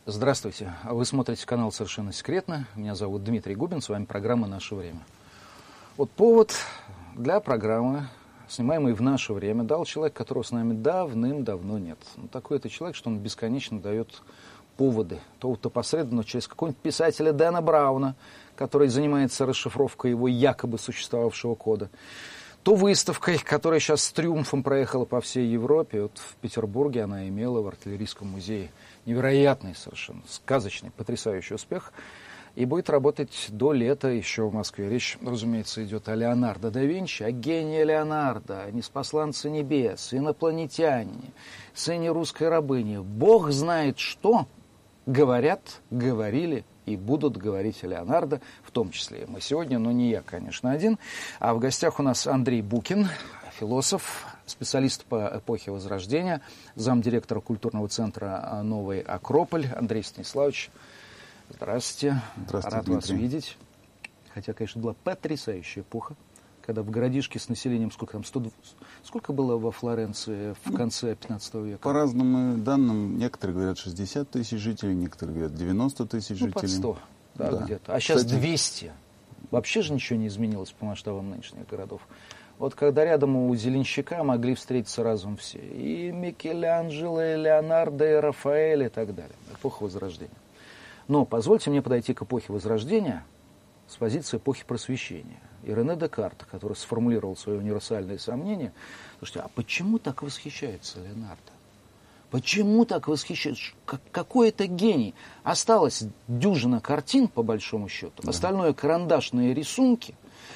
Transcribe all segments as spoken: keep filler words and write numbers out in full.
Здравствуйте. Вы смотрите канал «Совершенно секретно». Меня зовут Дмитрий Губин. С вами программа «Наше время». Вот повод для программы, снимаемой в наше время, дал человек, которого с нами давным-давно нет. Ну, такой это человек, что он бесконечно дает поводы. То вот опосредованно через какого-нибудь писателя Дэна Брауна, который занимается расшифровкой его якобы существовавшего кода, то выставкой, которая сейчас с триумфом проехала по всей Европе. Вот в Петербурге она имела в артиллерийском музее невероятный, совершенно сказочный, потрясающий успех. И будет работать до лета еще в Москве. Речь, разумеется, идет о Леонардо да Винчи, о гении Леонардо, о неспосланце небес, инопланетянине, сыне русской рабыни. Бог знает что говорят, говорили и будут говорить о Леонардо, в том числе и мы сегодня, но не я, конечно, один. А в гостях у нас Андрей Букин, философ, специалист по эпохе Возрождения, замдиректора культурного центра «Новый Акрополь». Андрей Станиславович, здравствуйте. Здравствуйте, Рад Дмитрий. вас видеть. Хотя, конечно, была потрясающая эпоха, когда в городишке с населением, сколько там, сто, сколько было во Флоренции в конце пятнадцатого века? По разным данным, некоторые говорят шестьдесят тысяч жителей, некоторые говорят девяносто тысяч ну, жителей. под сто, да, да. где-то. А сейчас Кстати, двести. Вообще же ничего не изменилось по масштабам нынешних городов. Вот когда рядом у Зеленщика могли встретиться разом все. И Микеланджело, и Леонардо, и Рафаэль, и так далее. Эпоха Возрождения. Но позвольте мне подойти к эпохе Возрождения с позиции эпохи Просвещения. И Рене Декарт, который сформулировал свои универсальные сомнения. Слушайте, а почему так восхищается Леонардо? Почему так восхищается? Какой это гений? Осталось дюжина картин, по большому счету. Да. Остальное карандашные рисунки.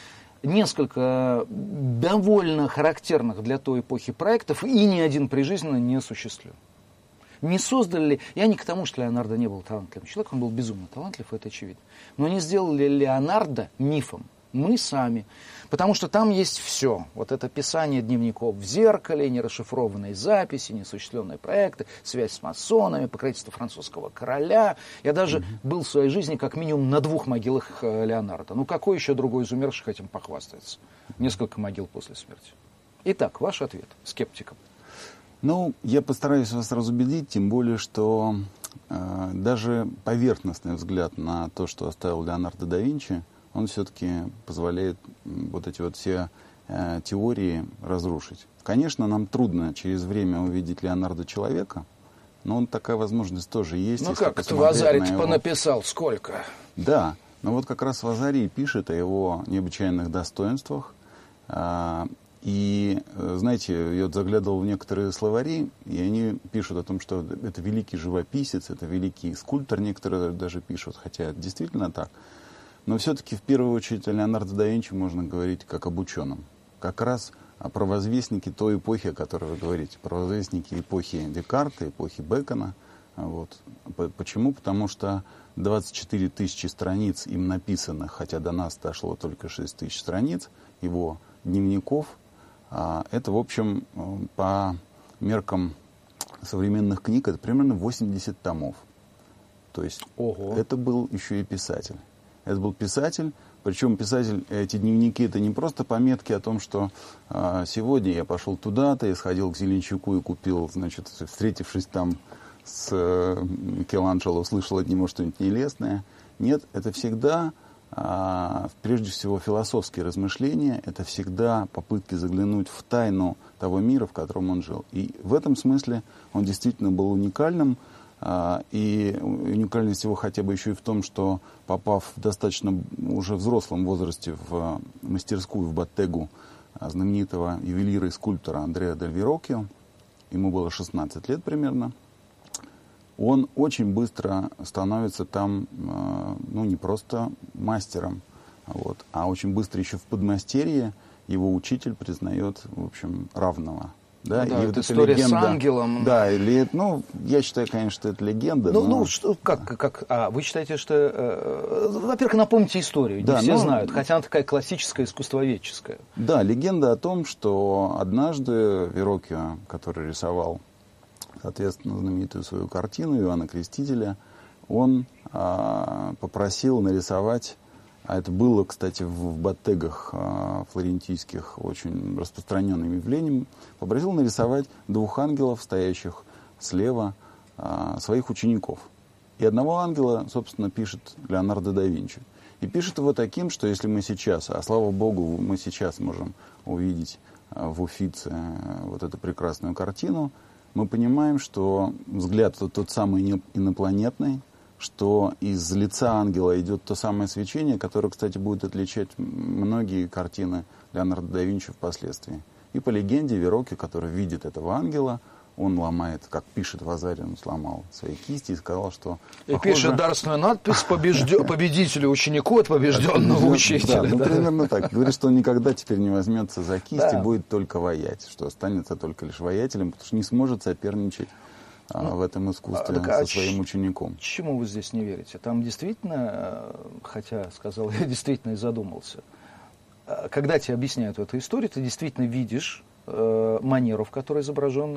Несколько довольно характерных для той эпохи проектов, и ни один прижизненно не осуществлен. Не создали ли... Я не к тому, что Леонардо не был талантливым человеком, он был безумно талантлив, это очевидно. Но не сделали Леонардо мифом мы сами. Потому что там есть все. Вот это писание дневников в зеркале, нерасшифрованные записи, неосуществленные проекты, связь с масонами, покровительство французского короля. Я даже mm-hmm. был в своей жизни как минимум на двух могилах Леонардо. Ну какой еще другой из умерших этим похвастается? Несколько могил после смерти. Итак, ваш ответ скептикам. Ну, я постараюсь вас разубедить, тем более, что э, даже поверхностный взгляд на то, что оставил Леонардо да Винчи, он все-таки позволяет вот эти вот все э, теории разрушить. Конечно, нам трудно через время увидеть Леонардо человека, но он, такая возможность тоже есть. Ну как, Вазарий его... понаписал сколько? Да, но вот как раз Вазарий пишет о его необычайных достоинствах. Э, и, знаете, я вот заглядывал в некоторые словари, и они пишут о том, что это великий живописец, это великий скульптор, некоторые даже пишут, хотя это действительно так. Но все-таки в первую очередь о Леонардо да Винчи можно говорить как об ученом. Как раз о провозвестнике той эпохи, о которой вы говорите. Провозвестнике эпохи Декарта, эпохи Бэкона. Вот. Почему? Потому что двадцать четыре тысячи страниц им написанных, хотя до нас дошло только шесть тысяч страниц, его дневников, это, в общем, по меркам современных книг, это примерно восемьдесят томов. То есть Ого. Это был еще и писатель. Это был писатель, причем писатель, эти дневники, это не просто пометки о том, что э, сегодня я пошел туда-то, я сходил к Зеленщику и купил, значит, встретившись там с э, Микеланджело, услышал от него что-нибудь нелестное. Нет, это всегда, э, прежде всего, философские размышления, это всегда попытки заглянуть в тайну того мира, в котором он жил. И в этом смысле он действительно был уникальным. И уникальность его хотя бы еще и в том, что, попав в достаточно уже взрослом возрасте в мастерскую, в Боттегу знаменитого ювелира и скульптора Андреа дель Вероккио, ему было шестнадцать лет примерно, он очень быстро становится там, ну, не просто мастером, вот, а очень быстро еще в подмастерье его учитель признает, в общем, равного. Да, да, и вот вот история легенда, с ангелом. Да, или, ну, я считаю, конечно, что это легенда. Ну, но... ну что, как, как, а вы считаете, что... Э, во-первых, напомните историю, не да, все но... знают, хотя она такая классическая, искусствоведческая. Да, легенда о том, что однажды Вероккио, который рисовал, соответственно, знаменитую свою картину Иоанна Крестителя, он а, попросил нарисовать. А это было, кстати, в боттегах э, флорентийских очень распространенным явлением. Попросил нарисовать двух ангелов, стоящих слева, э, своих учеников. И одного ангела, собственно, пишет Леонардо да Винчи. И пишет его таким, что если мы сейчас, а слава богу, мы сейчас можем увидеть в Уффици вот эту прекрасную картину, мы понимаем, что взгляд тот, тот самый инопланетный, что из лица ангела идет то самое свечение, которое, кстати, будет отличать многие картины Леонардо да Винчи впоследствии. И по легенде Вероки, который видит этого ангела, он ломает, как пишет Вазари, он сломал свои кисти и сказал, что... И похоже... пишет дарственную надпись побеждё... победителю ученику от побежденного учителя. Да, ну примерно так. Говорит, что он никогда теперь не возьмется за кисть и будет только воять, что останется только лишь воятелем, потому что не сможет соперничать а, в этом искусстве а, со своим учеником. Чему вы здесь не верите? Там действительно, хотя, сказал я, действительно и задумался, когда тебе объясняют эту историю, ты действительно видишь э, манеру, в которой изображен,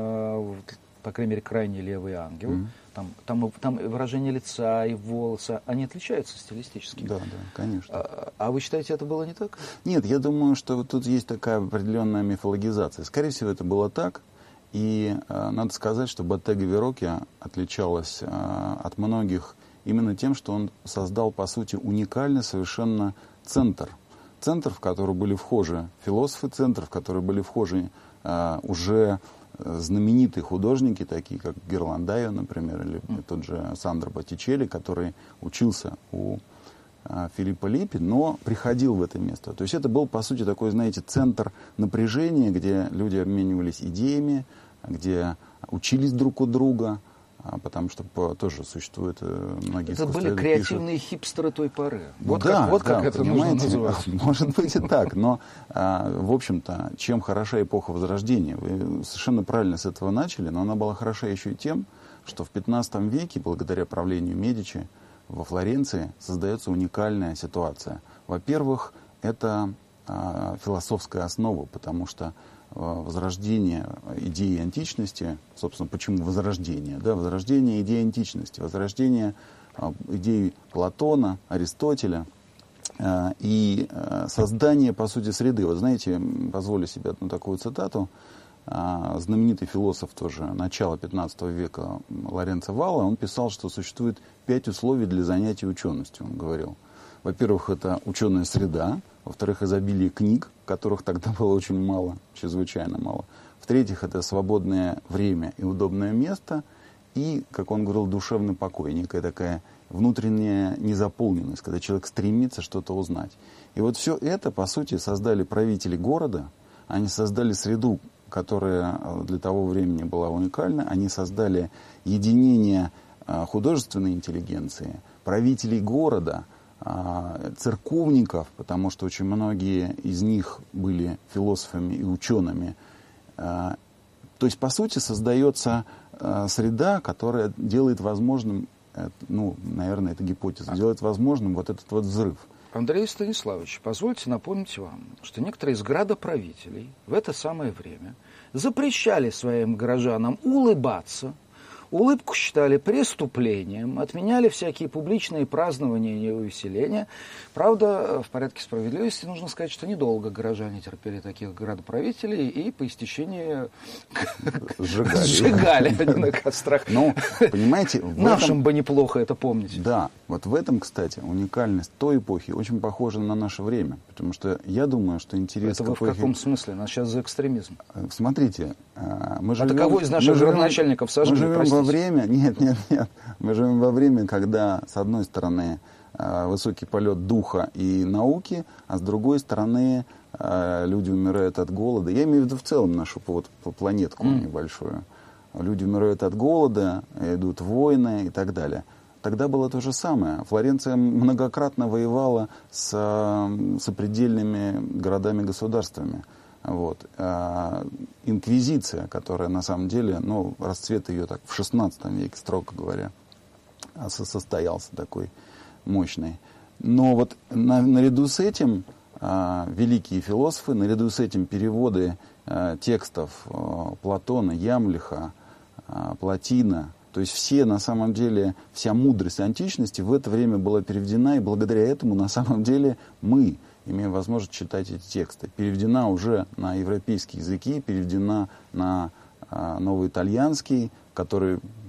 э, по крайней мере, крайне левый ангел. Mm-hmm. Там, там, там выражение лица и волоса, они отличаются стилистически. Да, да, конечно. А, а вы считаете, это было не так? Нет, я думаю, что вот тут есть такая определенная мифологизация. Скорее всего, это было так. И э, надо сказать, что Боттега Вероки отличалась э, от многих именно тем, что он создал, по сути, уникальный совершенно центр. Центр, в который были вхожи философы, центр, в который были вхожи э, уже знаменитые художники, такие как Герландайо, например, или mm. тот же Сандро Боттичелли, который учился у э, Филиппо Липпи, но приходил в это место. То есть это был, по сути, такой, знаете, центр напряжения, где люди обменивались идеями, где учились друг у друга, потому что по, тоже существует многие... Это были креативные пишут. Хипстеры той поры. Вот да, как, вот да, как это нужно называть. Может быть и так, но, в общем-то, чем хороша эпоха Возрождения? Вы совершенно правильно с этого начали, но она была хороша еще и тем, что в пятнадцатом веке, благодаря правлению Медичи, во Флоренции создается уникальная ситуация. Во-первых, это философская основа, потому что возрождение идеи античности, собственно, почему возрождение? Да, возрождение идеи античности, возрождение идей Платона, Аристотеля э, и э, создание, по сути, среды. Вот знаете, позволю себе одну такую цитату. Э, знаменитый философ тоже начала пятнадцатого века Лоренцо Валла, он писал, что существует пять условий для занятия ученостью, он говорил. Во-первых, это ученая среда. Во-вторых, изобилие книг, которых тогда было очень мало, чрезвычайно мало. В-третьих, это свободное время и удобное место. И, как он говорил, душевный покой, некая такая внутренняя незаполненность, когда человек стремится что-то узнать. И вот все это, по сути, создали правители города. Они создали среду, которая для того времени была уникальна. Они создали единение художественной интеллигенции, правителей города, церковников, потому что очень многие из них были философами и учеными. То есть, по сути, создается среда, которая делает возможным, ну, наверное, это гипотеза, делает возможным вот этот вот взрыв. Андрей Станиславович, позвольте напомнить вам, что некоторые из градоправителей в это самое время запрещали своим горожанам улыбаться, улыбку считали преступлением, отменяли всякие публичные празднования и увеселения. Правда, в порядке справедливости нужно сказать, что недолго горожане терпели таких градоправителей и по истечении сжигали, сжигали они на кострах. Ну, понимаете, нашим бы неплохо это помнить. Да, вот в этом, кстати, уникальность той эпохи очень похожа на наше время. Потому что я думаю, что интерес это вы в каком смысле? Нас сейчас за экстремизм. Смотрите, мы живем... А кого из наших градоначальников сожгли, Мы живем во время... Нет, нет, нет. Мы живем во время, когда, с одной стороны, высокий полет духа и науки, а с другой стороны, люди умирают от голода. Я имею в виду в целом нашу вот, планетку mm. небольшую. Люди умирают от голода, идут войны и так далее. Тогда было то же самое. Флоренция многократно воевала с сопредельными городами-государствами. Вот. А инквизиция, которая на самом деле, ну, расцвет ее так в шестнадцатом веке, строго говоря, состоялся такой мощный. Но вот на, наряду с этим а, великие философы, наряду с этим переводы а, текстов а, Платона, Ямлиха, а, Платина, то есть все, на самом деле, вся мудрость античности в это время была переведена, и благодаря этому, на самом деле, мы имеем возможность читать эти тексты. Переведена уже на европейские языки, переведена на а, новоитальянский, который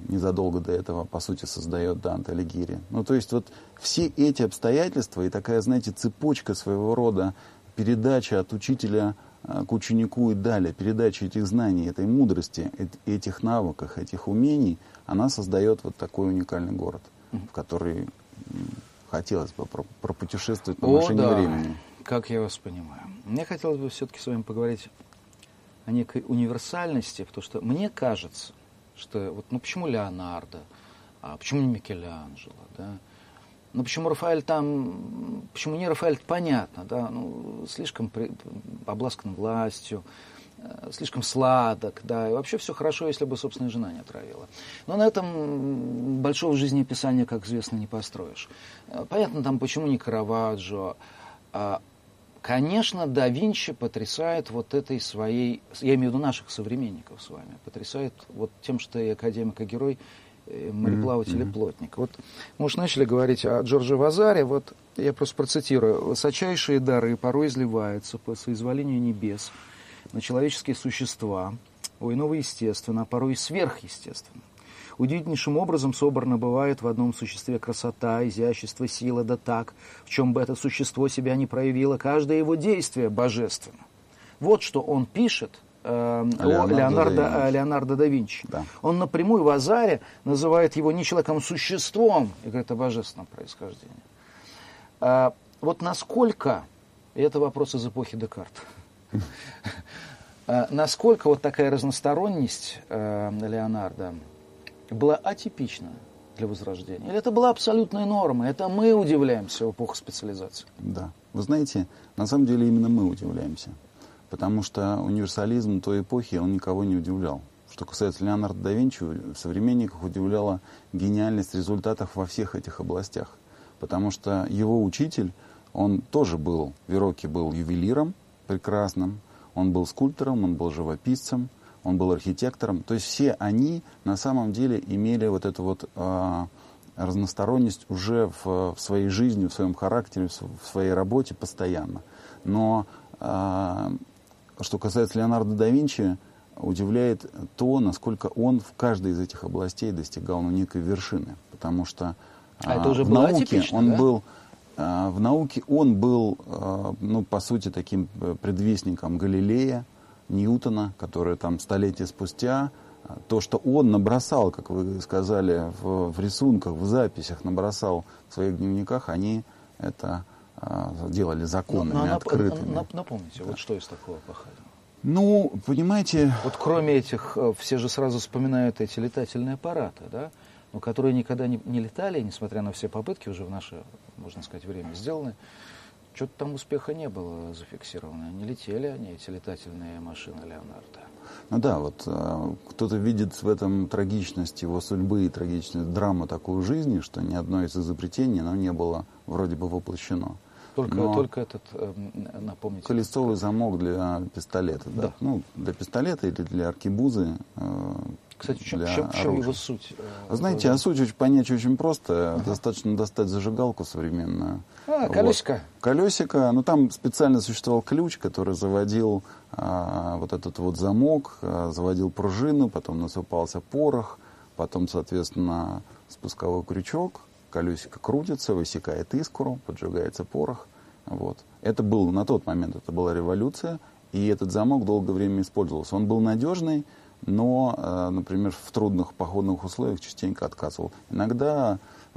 незадолго до этого, по сути, создает Данте Алигьери. Ну, то есть вот все эти обстоятельства и такая, знаете, цепочка своего рода передача от учителя к ученику и далее, передача этих знаний, этой мудрости, этих навыков, этих умений, она создает вот такой уникальный город, в который хотелось бы пропутешествовать на машине О, да. времени. Как я вас понимаю. Мне хотелось бы все-таки с вами поговорить о некой универсальности, потому что мне кажется, что вот, ну почему Леонардо, а почему не Микеланджело, да? Ну почему Рафаэль там, почему не Рафаэль, понятно, да, ну слишком при, обласкан властью, э, слишком сладок, да, и вообще все хорошо, если бы собственная жена не отравила. Но на этом большого жизнеописания, как известно, не построишь. Понятно там, почему не Караваджо. А, конечно, да Винчи потрясает вот этой своей, я имею в виду наших современников с вами, потрясает вот тем, что и академик, и герой, мореплаватель и плотник. Вот мы уж начали говорить о Джордже Вазаре, вот я просто процитирую. «Высочайшие дары порой изливаются по соизволению небес на человеческие существа, у иного естественно, а порой и сверхъестественно. Удивительнейшим образом собрано бывает в одном существе красота, изящество, сила, да так, в чем бы это существо себя не проявило, каждое его действие божественно». Вот что он пишет о Леонардо, Леонардо, да Леонардо да Винчи. Да. Он напрямую в Вазаре называет его не человеком-существом, и говорит о божественном происхождении. А, вот насколько, и это вопрос из эпохи Декарта, а, насколько вот такая разносторонность а, Леонардо была атипична для Возрождения? Или это была абсолютная норма? Это мы удивляемся в эпоху специализации? Да. Вы знаете, на самом деле именно мы удивляемся. Потому что универсализм той эпохи, он никого не удивлял. Что касается Леонардо да Винчи, современников удивляла гениальность результатов во всех этих областях. Потому что его учитель, он тоже был, Вероки был ювелиром прекрасным, он был скульптором, он был живописцем, он был архитектором. То есть все они на самом деле имели вот эту вот э, разносторонность уже в, в своей жизни, в своем характере, в своей работе постоянно. Но э, что касается Леонардо да Винчи, удивляет то, насколько он в каждой из этих областей достигал ну, некой вершины. Потому что а это уже в было науке атипично, он да? был, а, в науке он был, а, ну, по сути, таким предвестником Галилея, Ньютона, который там столетия спустя, то, что он набросал, как вы сказали, в, в рисунках, в записях набросал в своих дневниках, они это делали законами, но, но, открытыми. Напомните, да. Вот что из такого похода? Ну, понимаете... Вот кроме этих, все же сразу вспоминают эти летательные аппараты, да, но которые никогда не, не летали, несмотря на все попытки уже в наше, можно сказать, время сделаны, что-то там успеха не было зафиксировано. Не летели они, эти летательные машины Леонардо. Ну да, вот кто-то видит в этом трагичность его судьбы и трагичность драму такую жизни, что ни одно из изобретений, оно не было вроде бы воплощено. Только, Но только этот, э, напомните. Колесовый замок для пистолета, да. Да. Ну, для пистолета или для аркебузы. Э, Кстати, в чем, для в чем, в чем его оружия. суть? Вы знаете, а суть очень, понять очень просто. Ага. Достаточно достать зажигалку современную. А, колесико. Вот. Колесико. Ну, там специально существовал ключ, который заводил а, вот этот вот замок, а, заводил пружину, потом насыпался порох, потом, соответственно, спусковой крючок. Колесико крутится, высекает искру, поджигается порох. Вот. Это был на тот момент, это была революция, и этот замок долгое время использовался. Он был надежный, но, э, например, в трудных походных условиях частенько отказывал. Иногда э,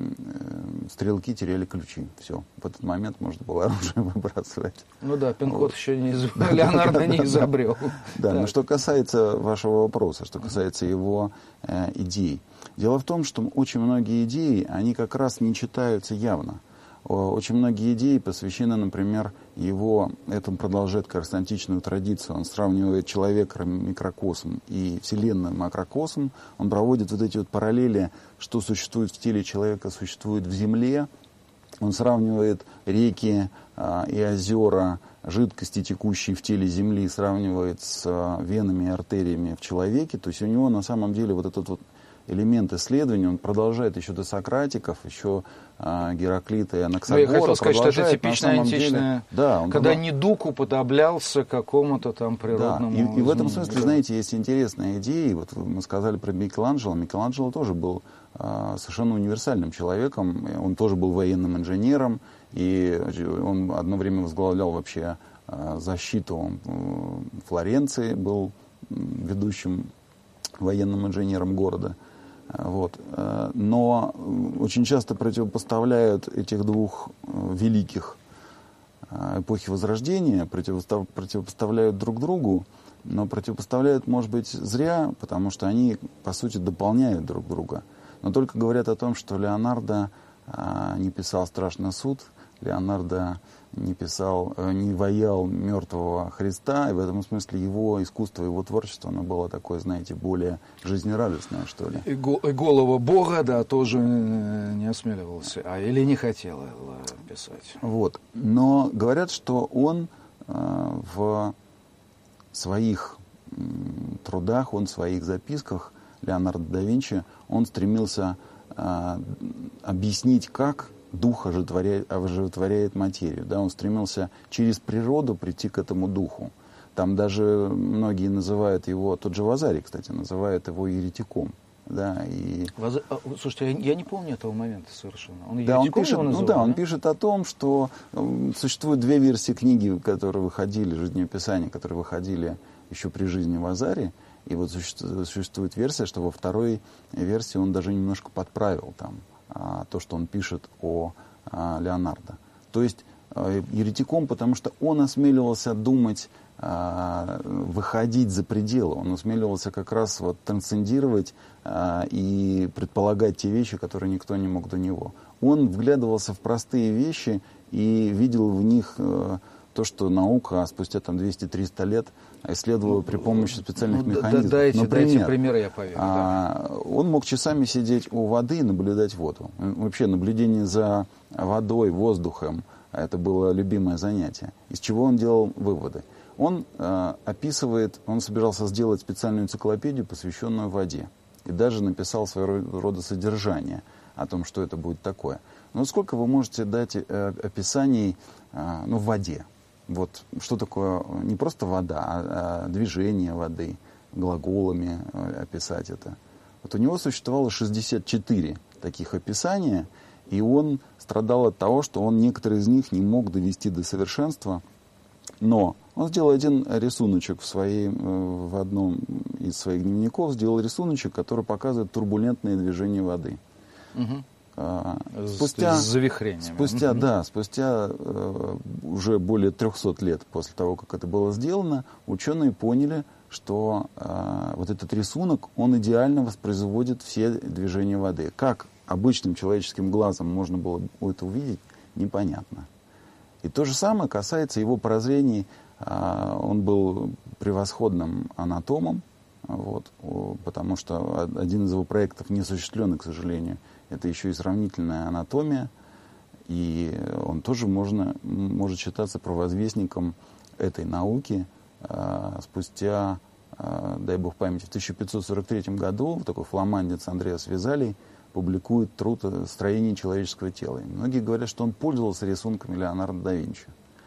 э, стрелки теряли ключи. Все. В этот момент можно было оружие выбрасывать. Ну да, пин-код вот. еще не из... Леонардо не изобрел. Да, но что касается вашего вопроса, что касается его э, идей. Дело в том, что очень многие идеи, они как раз не читаются явно. Очень многие идеи посвящены, например, его, это продолжает как раз античную традицию. Он сравнивает человека микрокосм и Вселенную макрокосм. Он проводит вот эти вот параллели, что существует в теле человека, существует в Земле. Он сравнивает реки э, и озера, жидкости, текущие в теле Земли, сравнивает с э, венами и артериями в человеке. То есть у него на самом деле вот этот вот элемент исследования, он продолжает еще до Сократиков, еще а, Гераклита и Анаксагора. Ну, я хотел сказать, что это типичная античная, да, он когда продол... недуг уподоблялся какому-то там природному... Да, и, и в этом смысле, знаете, есть интересная идея. Вот мы сказали про Микеланджело. Микеланджело тоже был а, совершенно универсальным человеком. Он тоже был военным инженером, и он одно время возглавлял вообще а, защиту Флоренции, был ведущим военным инженером города. Вот. Но очень часто противопоставляют этих двух великих эпохи Возрождения, противопоставляют друг другу, но противопоставляют, может быть, зря, потому что они, по сути, дополняют друг друга. Но только говорят о том, что Леонардо не писал «Страшный суд», Леонардо не писал, не ваял мертвого Христа, и в этом смысле его искусство, его творчество, оно было такое, знаете, более жизнерадостное, что ли. И, го, и голова Бога, да, тоже не осмеливался, а или не хотел писать. Вот. Но говорят, что он э, в своих э, трудах, он в своих записках, Леонардо да Винчи, он стремился э, объяснить, как дух оживотворяет, оживотворяет материю. Да? Он стремился через природу прийти к этому духу. Там даже многие называют его, тот же Вазари, кстати, называют его еретиком. Да, и... Воз... Слушайте, я, я не помню этого момента совершенно. Он да, он пишет, его называл, ну да, да, он пишет о том, что существуют две версии книги, которые выходили, жизнеописания, которые выходили еще при жизни Вазари. И вот существует, существует версия, что во второй версии он даже немножко подправил там то, что он пишет о, о Леонардо. То есть еретиком, потому что он осмеливался думать, выходить за пределы. Он осмеливался как раз вот трансцендировать и предполагать те вещи, которые никто не мог до него. Он вглядывался в простые вещи и видел в них то, что наука спустя там двести-триста лет исследовала при помощи специальных ну, механизмов. Дайте, Например, дайте примеры, я поверю. А, да. Он мог часами сидеть у воды и наблюдать воду. Вообще наблюдение за водой, воздухом, это было любимое занятие. Из чего он делал выводы? Он э, описывает, он собирался сделать специальную энциклопедию, посвященную воде. И даже написал своего рода содержание о том, что это будет такое. Но сколько вы можете дать э, описаний э, ну, в воде? Вот что такое не просто вода, а, а движение воды, глаголами э, описать это. Вот у него существовало шестьдесят четыре таких описания, и он страдал от того, что он некоторые из них не мог довести до совершенства. Но он сделал один рисуночек в, своей, в одном из своих дневников, сделал рисуночек, который показывает турбулентные движения воды. Угу. А, спустя, с завихрениями. Спустя, угу. да, спустя э, уже более трехсот лет после того, как это было сделано, ученые поняли, что э, вот этот рисунок, он идеально воспроизводит все движения воды. Как обычным человеческим глазом можно было это увидеть, непонятно. И то же самое касается его прозрений. Он был превосходным анатомом, вот, потому что один из его проектов не осуществленный, к сожалению. Это еще и сравнительная анатомия. И он тоже можно, может считаться провозвестником этой науки. Спустя, дай бог памяти, в тысяча пятьсот сорок третьем году такой фламандец Андреас Визалий публикует труд о строении человеческого тела. И многие говорят, что он пользовался рисунками Леонардо да Винчи.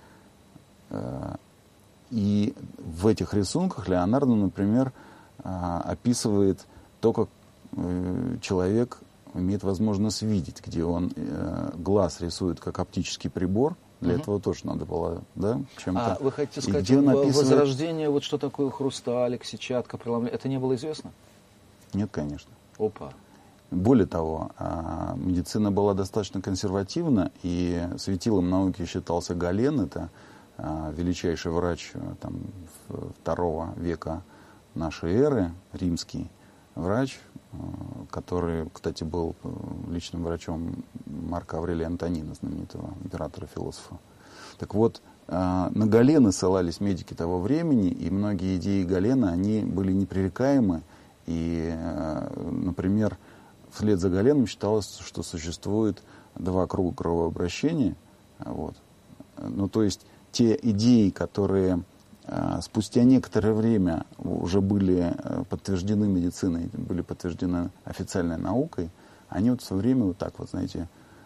И в этих рисунках Леонардо, например, описывает то, как человек имеет возможность видеть, где он глаз рисует как оптический прибор. Для угу. этого тоже надо было, да, чем-то. А вы хотите сказать, где он описывает... возрождение, вот что такое хрусталик, сетчатка, преломление, это не было известно? Нет, конечно. Опа. Более того, медицина была достаточно консервативна, и светилом науки считался Гален, это величайший врач там, второго века нашей эры, римский врач, который, кстати, был личным врачом Марка Аврелия Антонина, знаменитого императора-философа. Так вот, на Галена ссылались медики того времени, и многие идеи Галена, они были непререкаемы, и, например, вслед за Галеном считалось, что существует два круга кровообращения. Вот. Ну, то есть те идеи, которые спустя некоторое время уже были подтверждены медициной, были подтверждены официальной наукой, они вот все время вот так вот, знаете,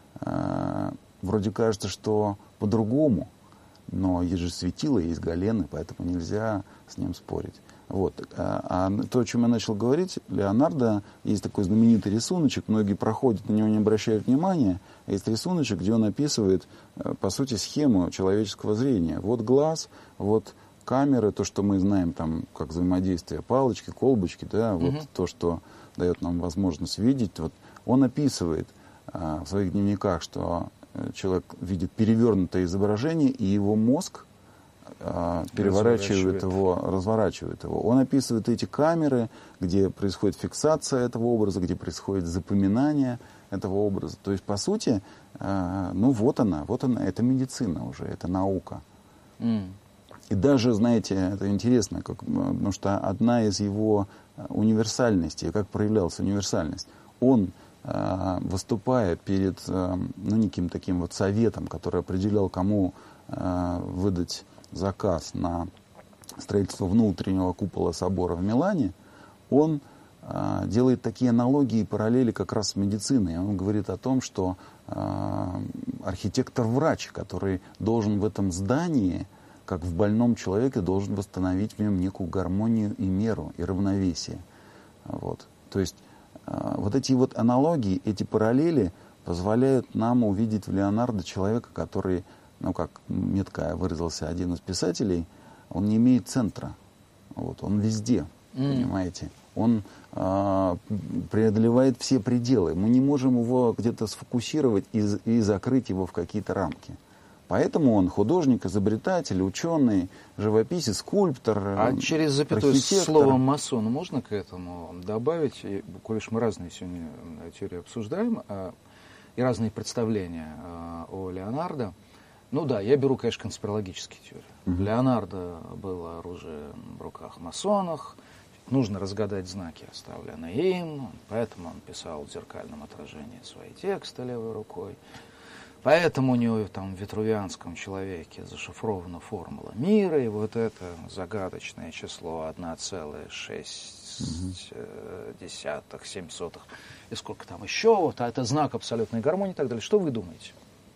вроде кажется, что по-другому, но есть же светило, есть Галены, поэтому нельзя с ним спорить. Вот. А, а то, о чем я начал говорить, Леонардо, есть такой знаменитый рисуночек, многие проходят, на него не обращают внимания, есть рисуночек, где он описывает, по сути, схему человеческого зрения. Вот глаз, вот камеры, то, что мы знаем, там, как взаимодействие палочки, колбочки, да, вот mm-hmm. то, что дает нам возможность видеть. Вот он описывает а, в своих дневниках, что человек видит перевернутое изображение, и его мозг а, переворачивает его, разворачивает его. Он описывает эти камеры, где происходит фиксация этого образа, где происходит запоминание этого образа. То есть, по сути, а, ну вот она, вот она, это медицина уже, это наука. Mm. И даже, знаете, это интересно, как, потому что одна из его универсальностей, как проявлялась универсальность, он, выступая перед ну, неким таким вот советом, который определял, кому выдать заказ на строительство внутреннего купола собора в Милане, он делает такие аналогии и параллели как раз с медициной. Он говорит о том, что архитектор-врач, который должен в этом здании, как в больном человеке, должен восстановить в нем некую гармонию и меру, и равновесие. Вот. То есть э, вот эти вот аналогии, эти параллели позволяют нам увидеть в Леонардо человека, который, ну как метко выразился один из писателей, он не имеет центра. Вот. Он везде, mm. понимаете. Он э, преодолевает все пределы. Мы не можем его где-то сфокусировать и, и закрыть его в какие-то рамки. Поэтому он художник, изобретатель, ученый, живописец, скульптор, А через запятую слово «масон» можно к этому добавить? И, коль уж мы разные сегодня теории обсуждаем, а, и разные представления а, о Леонардо. Ну да, я беру, конечно, конспирологические теории. Mm-hmm. Леонардо было оружие в руках масонов, нужно разгадать знаки, оставленные им, поэтому он писал в зеркальном отражении свои тексты левой рукой. Поэтому у него там в витрувианском человеке зашифрована формула мира, и вот это загадочное число одна целая шесть десятых, семь сотых, и сколько там еще, вот, а это знак абсолютной гармонии и так далее. Что вы думаете?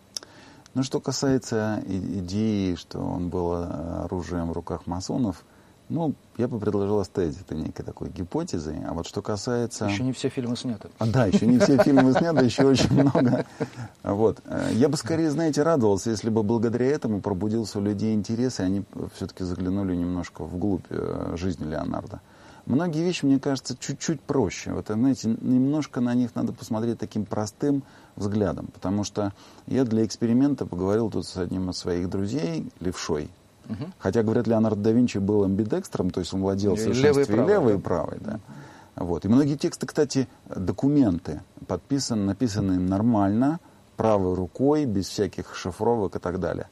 Ну, что касается идеи, что он был оружием в руках масонов, ну, я бы предложил оставить это некой такой гипотезой. А вот что касается... Еще не все фильмы сняты. А, да, еще не все фильмы сняты, еще очень много. Вот. Я бы скорее, знаете, радовался, если бы благодаря этому пробудился у людей интерес, и они все-таки заглянули немножко вглубь жизни Леонардо. Многие вещи, мне кажется, чуть-чуть проще. Вот, знаете, немножко на них надо посмотреть таким простым взглядом. Потому что я для эксперимента поговорил тут с одним из своих друзей, левшой. Угу. Хотя, говорят, Леонардо да Винчи был амбидекстром, то есть он владел совершенством и левой, и правой. Да. Вот. И многие тексты, кстати, документы, подписаны, написаны нормально, правой рукой, без всяких шифровок и так далее.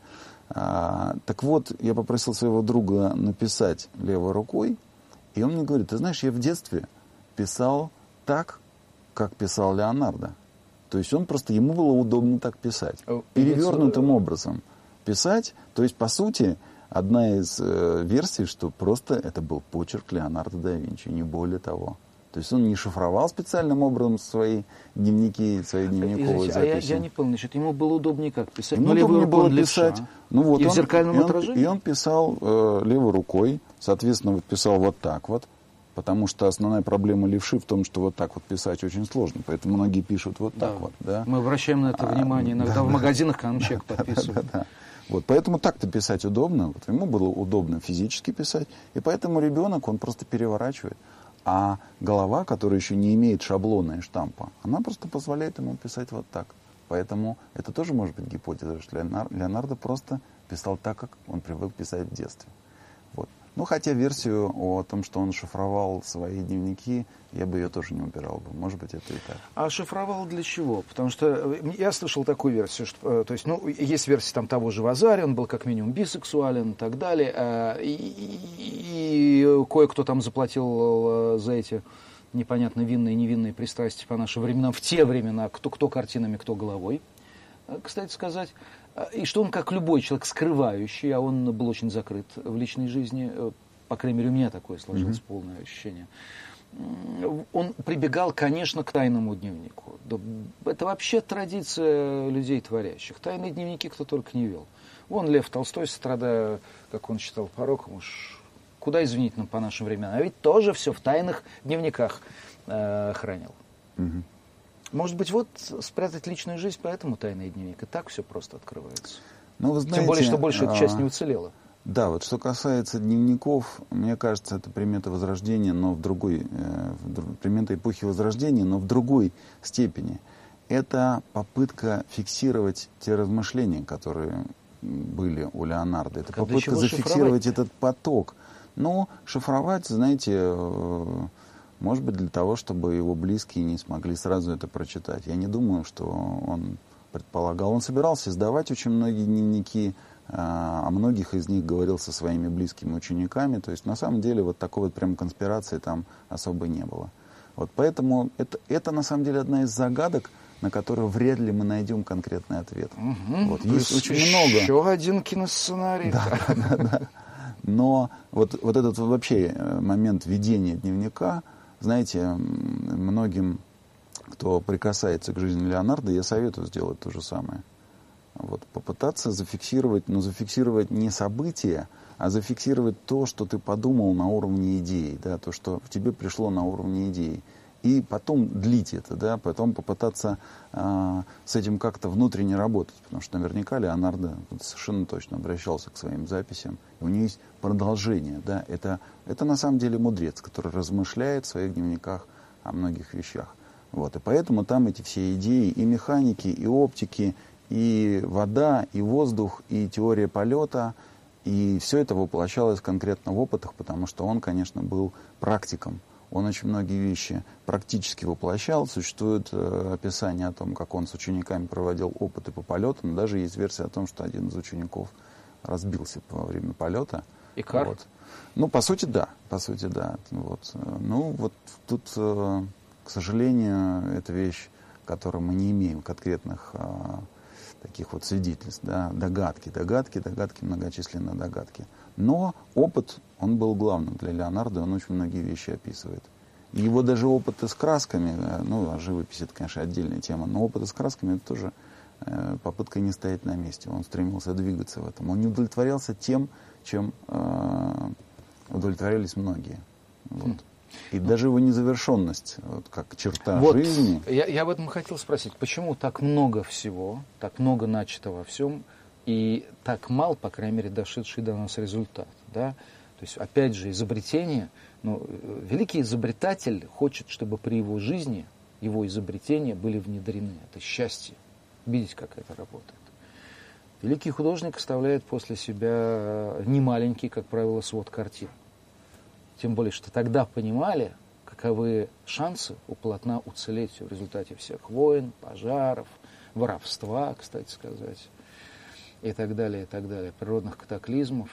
А, так вот, я попросил своего друга написать левой рукой, и он мне говорит, ты знаешь, я в детстве писал так, как писал Леонардо. То есть он просто, ему было удобно так писать, перевернутым образом писать. То есть, по сути, одна из э, версий, что просто это был почерк Леонардо да Винчи, не более того. То есть он не шифровал специальным образом свои дневники, свои дневниковые Извините, записи. А я, я не понял, значит, ему было удобнее как писать? Ему удобнее было писать. Ну, вот и он, в зеркальном и он, отражении? И он писал э, левой рукой, соответственно, вот писал вот так вот, потому что основная проблема левши в том, что вот так вот писать очень сложно, поэтому многие пишут вот так да. вот. Да? Мы обращаем на это а, внимание иногда да, в магазинах, когда чек подписывают. Да, да, да. Вот, поэтому так-то писать удобно, вот, ему было удобно физически писать, и поэтому ребенок, он просто переворачивает. А голова, которая еще не имеет шаблона и штампа, она просто позволяет ему писать вот так. Поэтому это тоже может быть гипотеза, что Леонардо просто писал так, как он привык писать в детстве. Вот. Ну, хотя версию о том, что он шифровал свои дневники, я бы ее тоже не убирал бы. Может быть, это и так. А шифровал для чего? Потому что я слышал такую версию, что, то есть, ну, есть версия там того же Вазари, он был как минимум бисексуален и так далее, и, и, и кое-кто там заплатил за эти непонятно винные и невинные пристрастия по нашим временам, в те времена, кто, кто картинами, кто головой, кстати сказать. И что он, как любой человек, скрывающий, а он был очень закрыт в личной жизни, по крайней мере, у меня такое сложилось mm-hmm. полное ощущение, он прибегал, конечно, к тайному дневнику. Это вообще традиция людей творящих. Тайные дневники кто только не вел. Вон Лев Толстой, страдая, как он считал, пороком, уж куда извинительно по нашим временам, а ведь тоже все в тайных дневниках э, хранил. Угу. Может быть, вот спрятать личную жизнь, поэтому тайный дневник. И так все просто открывается. Ну, вы знаете, тем более, что большая а... часть не уцелела. Да, вот что касается дневников, мне кажется, это примета Возрождения, но в другой, э, примета эпохи Возрождения, но в другой степени. Это попытка фиксировать те размышления, которые были у Леонардо. Это так попытка зафиксировать этот поток. Но шифровать, знаете, э, может быть, для того, чтобы его близкие не смогли сразу это прочитать. Я не думаю, что он предполагал. Он собирался издавать очень многие дневники, о многих из них говорил со своими близкими учениками. То есть, на самом деле, вот такой вот прям конспирации там особо не было. Вот поэтому это, это на самом деле, одна из загадок, на которую вряд ли мы найдем конкретный ответ. Угу. Вот, есть очень много. Еще один киносценарий. Да, да, да. Но вот, вот этот вообще момент ведения дневника, знаете, многим, кто прикасается к жизни Леонардо, я советую сделать то же самое. Вот, попытаться зафиксировать, но зафиксировать не события, а зафиксировать то, что ты подумал на уровне идеи, да, то, что в тебе пришло на уровне идеи. И потом длить это, да, потом попытаться э, с этим как-то внутренне работать. Потому что наверняка Леонардо совершенно точно обращался к своим записям. И у него есть продолжение. Да, это, это на самом деле мудрец, который размышляет в своих дневниках о многих вещах. Вот, и поэтому там эти все идеи и механики, и оптики, и вода, и воздух, и теория полета, и все это воплощалось конкретно в опытах, потому что он, конечно, был практиком. Он очень многие вещи практически воплощал. Существует э, описание о том, как он с учениками проводил опыты по полету. Но даже есть версия о том, что один из учеников разбился во время полета. Икар? Вот. Ну, по сути, да. По сути, да. Вот. Ну, вот тут, э, к сожалению, это вещь, которой мы не имеем конкретных э, таких вот свидетельств. Да? Догадки, догадки, догадки, многочисленные догадки. Но опыт, он был главным для Леонардо, он очень многие вещи описывает. И его даже опыты с красками, ну, живопись это, конечно, отдельная тема, но опыты с красками это тоже э, попытка не стоять на месте. Он стремился двигаться в этом. Он не удовлетворялся тем, чем э, удовлетворялись многие. Вот. Хм. И ну, даже его незавершенность, вот, как черта вот, жизни. Я, я об этом хотел спросить. Почему так много всего, так много начатого во всем, и так мало, по крайней мере, дошедший до нас результат, да? То есть, опять же, изобретение, ну, великий изобретатель хочет, чтобы при его жизни его изобретения были внедрены. Это счастье, видеть, как это работает. Великий художник оставляет после себя немаленький, как правило, свод картин. Тем более, что тогда понимали, каковы шансы у полотна уцелеть в результате всех войн, пожаров, воровства, кстати сказать, и так далее, и так далее, природных катаклизмов.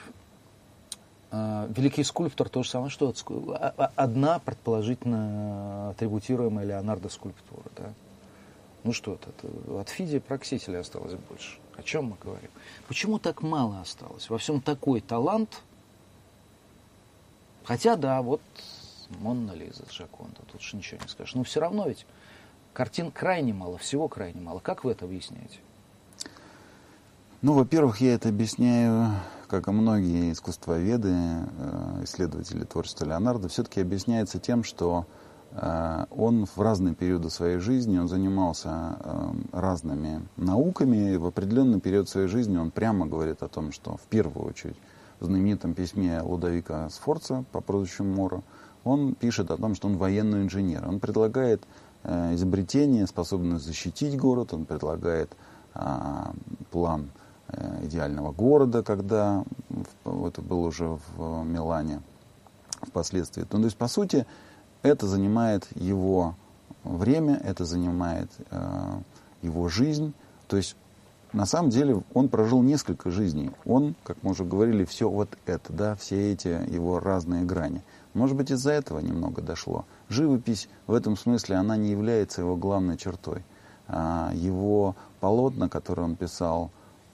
Великий скульптор то же самое, что одна, предположительно, атрибутируемая Леонардо скульптура. Да? Ну что это, это от Фидия Проксителя осталось больше. О чем мы говорим? Почему так мало осталось? Во всем такой талант. Хотя, да, вот Монна Лиза, Джаконда, тут же ничего не скажешь. Но все равно ведь картин крайне мало, всего крайне мало. Как вы это объясняете? Ну, во-первых, я это объясняю, как и многие искусствоведы, исследователи творчества Леонардо, все-таки объясняется тем, что он в разные периоды своей жизни, он занимался разными науками, и в определенный период своей жизни он прямо говорит о том, что в первую очередь в знаменитом письме Лудовика Сфорца по прозвищу Моро он пишет о том, что он военный инженер. Он предлагает изобретение, способное защитить город, он предлагает план идеального города, когда это было уже в Милане впоследствии. Ну, то есть, по сути, это занимает его время, это занимает э, его жизнь. То есть, на самом деле, он прожил несколько жизней. Он, как мы уже говорили, все вот это, да, все эти его разные грани. Может быть, из-за этого немного дошло. Живопись в этом смысле, она не является его главной чертой. А его полотна, которые он писал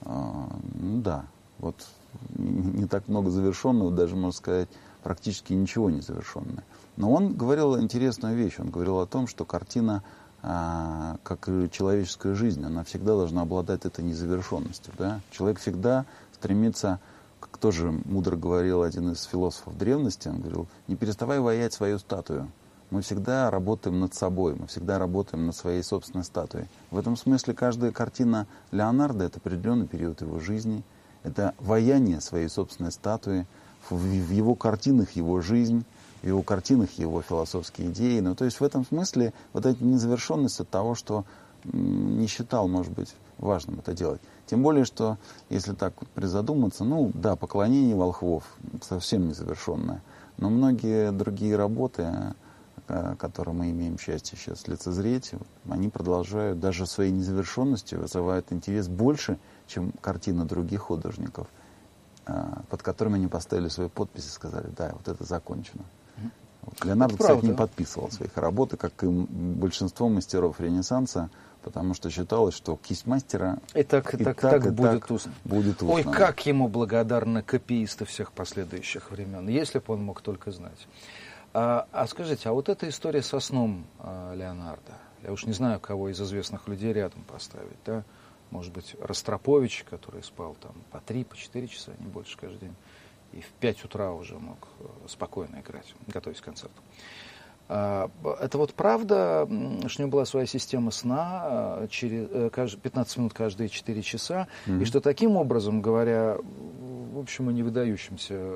ну да, вот не так много завершенного, даже, можно сказать, практически ничего не завершенное. Но он говорил интересную вещь. Он говорил о том, что картина, как и человеческая жизнь, она всегда должна обладать этой незавершенностью. Да? Человек всегда стремится, как тоже мудро говорил один из философов древности, он говорил, не переставай воять свою статую. Мы всегда работаем над собой, мы всегда работаем над своей собственной статуей. В этом смысле каждая картина Леонардо — это определенный период его жизни, это вояние своей собственной статуи, в его картинах его жизнь, в его картинах его философские идеи. Ну, то есть в этом смысле вот эта незавершенность от того, что не считал, может быть, важным это делать. Тем более, что, если так призадуматься, ну да, поклонение волхвов совсем незавершенное, но многие другие работы, которые мы имеем счастье сейчас лицезреть, они продолжают, даже своей незавершенностью вызывают интерес больше, чем картины других художников, под которыми они поставили свою подпись и сказали, да, вот это закончено. Вот. Леонардо, кстати, правда. Не подписывал своих работ, как и большинство мастеров Ренессанса, потому что считалось, что кисть мастера и так, и так, так, так, и будет, так устно. будет устно. Ой, как ему благодарны копиисты всех последующих времен, если бы он мог только знать. А, а скажите, а вот эта история со сном а, Леонардо, я уж не знаю, кого из известных людей рядом поставить, да? Может быть, Ростропович, который спал там по три, по четыре часа, не больше каждый день, и в пять утра уже мог спокойно играть, готовясь к концерту. А, это вот правда, что у него была своя система сна, через, пятнадцать минут каждые четыре часа, mm-hmm. и что таким образом, говоря, в общем, о невыдающемся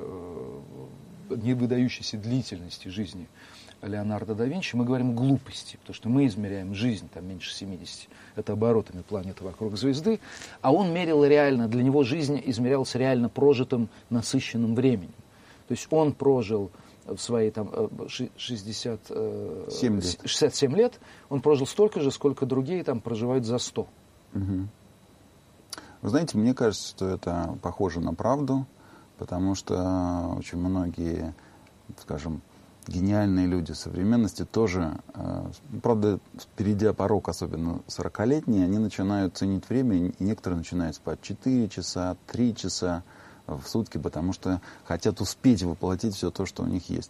не выдающейся длительности жизни Леонардо да Винчи, мы говорим глупости, потому что мы измеряем жизнь, там меньше семидесяти, это оборотами планеты вокруг звезды, а он мерил реально, для него жизнь измерялась реально прожитым, насыщенным временем. То есть он прожил в свои там шестьдесят семь лет, он прожил столько же, сколько другие там проживают за сто. Угу. Вы знаете, мне кажется, что это похоже на правду, потому что очень многие, скажем, гениальные люди современности тоже, правда, перейдя порог, особенно сорокалетние, они начинают ценить время, и некоторые начинают спать четыре часа, три часа в сутки, потому что хотят успеть воплотить все то, что у них есть.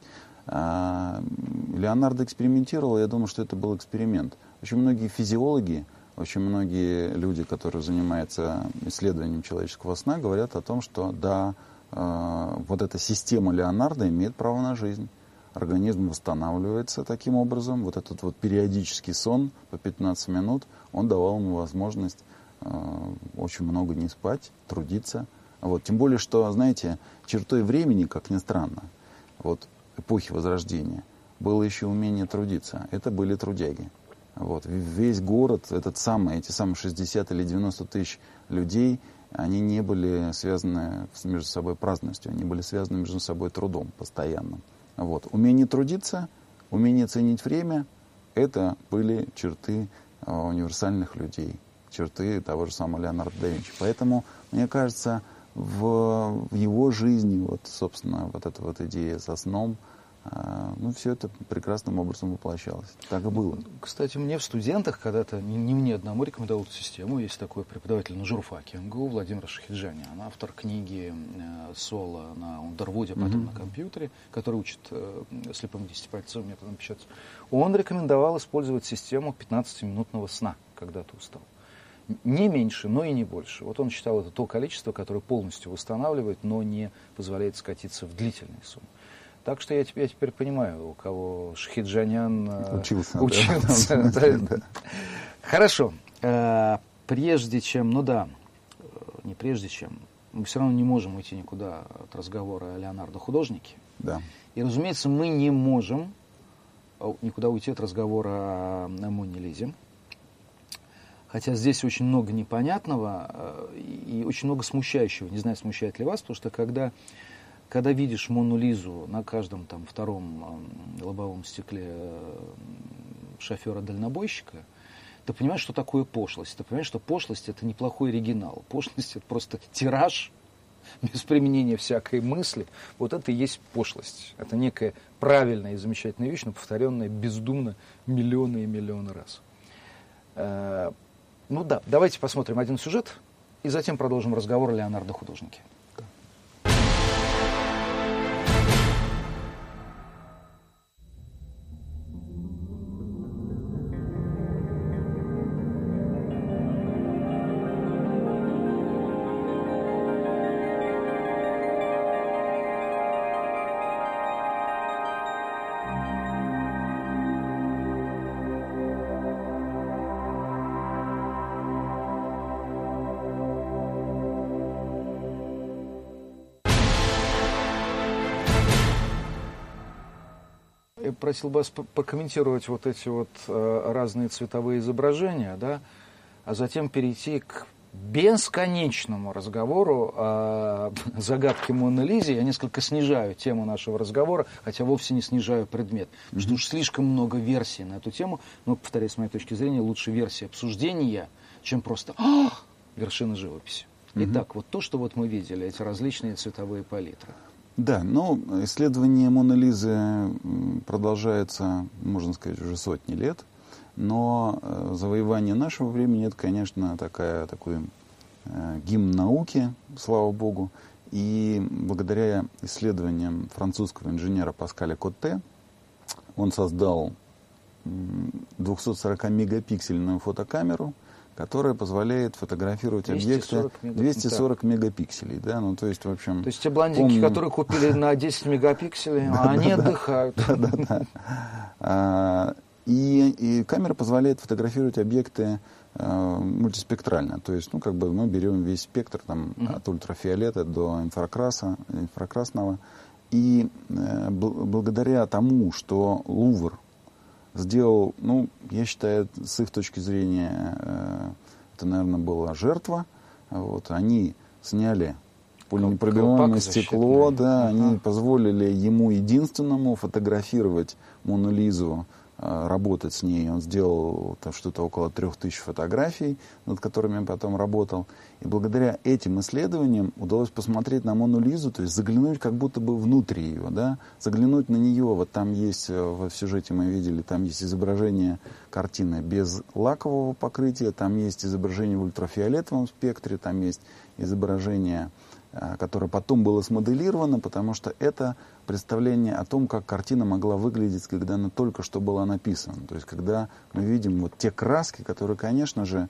Леонардо экспериментировал, я думаю, что это был эксперимент. Очень многие физиологи, очень многие люди, которые занимаются исследованием человеческого сна, говорят о том, что да, вот эта система Леонардо имеет право на жизнь. Организм восстанавливается таким образом. Вот этот вот периодический сон по пятнадцать минут, он давал ему возможность очень много не спать, трудиться. Вот. Тем более, что, знаете, чертой времени, как ни странно, вот, эпохи Возрождения, было еще умение трудиться. Это были трудяги. Вот. Весь город, этот самый, эти самые шестьдесят или девяносто тысяч людей, они не были связаны между собой праздностью, они были связаны между собой трудом постоянным. Вот. Умение трудиться, умение ценить время — это были черты э, универсальных людей, черты того же самого Леонардо да Винчи. Поэтому, мне кажется, в, в его жизни, вот, собственно, вот эта вот идея со сном, э, ну, все это прекрасным образом воплощалось. Так и было. Кстати, мне в студентах когда-то, не, не мне одному рекомендовал эту систему, есть такой преподаватель на журфаке МГУ Владимир Шахиджанян, автор книги э, «Соло» на Ундервуде, потом mm-hmm. на компьютере, который учит э, слепым десятипальцевым методом печатать. Он рекомендовал использовать систему пятнадцатиминутного сна, когда ты устал. Не меньше, но и не больше. Вот он считал это то количество, которое полностью восстанавливает, но не позволяет скатиться в длительный сон. Так что я теперь, я теперь понимаю, у кого Шахиджанян учился. учился да, да. Да. Хорошо. Прежде чем, ну да, не прежде чем, мы все равно не можем уйти никуда от разговора о Леонардо художнике. Да. И, разумеется, мы не можем никуда уйти от разговора о Моне Лизе. Хотя здесь очень много непонятного и очень много смущающего. Не знаю, смущает ли вас, потому что когда, когда видишь Мону Лизу на каждом там, втором лобовом стекле шофера-дальнобойщика, ты понимаешь, что такое пошлость. Ты понимаешь, что пошлость — это неплохой оригинал. Пошлость — это просто тираж без применения всякой мысли. Вот это и есть пошлость. Это некая правильная и замечательная вещь, но повторенная бездумно миллионы и миллионы раз. Ну да, давайте посмотрим один сюжет и затем продолжим разговор о Леонардо-художнике. Я просил бы вас прокомментировать вот эти вот э, разные цветовые изображения, да, а затем перейти к бесконечному разговору о загадке Моны Лизы. Я несколько снижаю тему нашего разговора, хотя вовсе не снижаю предмет, mm-hmm. потому что уж слишком много версий на эту тему. Но, повторяю, с моей точки зрения, лучше версия обсуждения, чем просто «Ах!» вершина живописи. Mm-hmm. Итак, вот то, что вот мы видели, эти различные цветовые палитры. Да, но исследование Моны Лизы продолжается, можно сказать, уже сотни лет, но завоевание нашего времени — это, конечно, такая, такой э, гимн науки, слава богу, и благодаря исследованиям французского инженера Паскаля Котте он создал двухсотсорокамегапиксельную фотокамеру, которая позволяет фотографировать объекты двести сорок мегапикселей. Да? Ну, то есть, в общем, то есть те блондинки, помню... которые купили на десять мегапикселей, они отдыхают. И камера позволяет фотографировать объекты мультиспектрально. То есть, ну, как бы мы берем весь спектр там, от ультрафиолета до инфракраса, инфракрасного. И благодаря тому, что Лувр сделал, ну, я считаю, с их точки зрения, э, это, наверное, была жертва. Вот, они сняли пуленепробиваемое стекло, да, ага. Они позволили ему единственному фотографировать Мону Лизу, э, работать с ней. Он сделал там, что-то около трех тысяч фотографий, над которыми он потом работал. И благодаря этим исследованиям удалось посмотреть на Мону Лизу, то есть заглянуть как будто бы внутрь ее, да, заглянуть на нее. Вот там есть, в сюжете мы видели, там есть изображение картины без лакового покрытия, там есть изображение в ультрафиолетовом спектре, там есть изображение, которое потом было смоделировано, потому что это представление о том, как картина могла выглядеть, когда она только что была написана. То есть, когда мы видим вот те краски, которые, конечно же,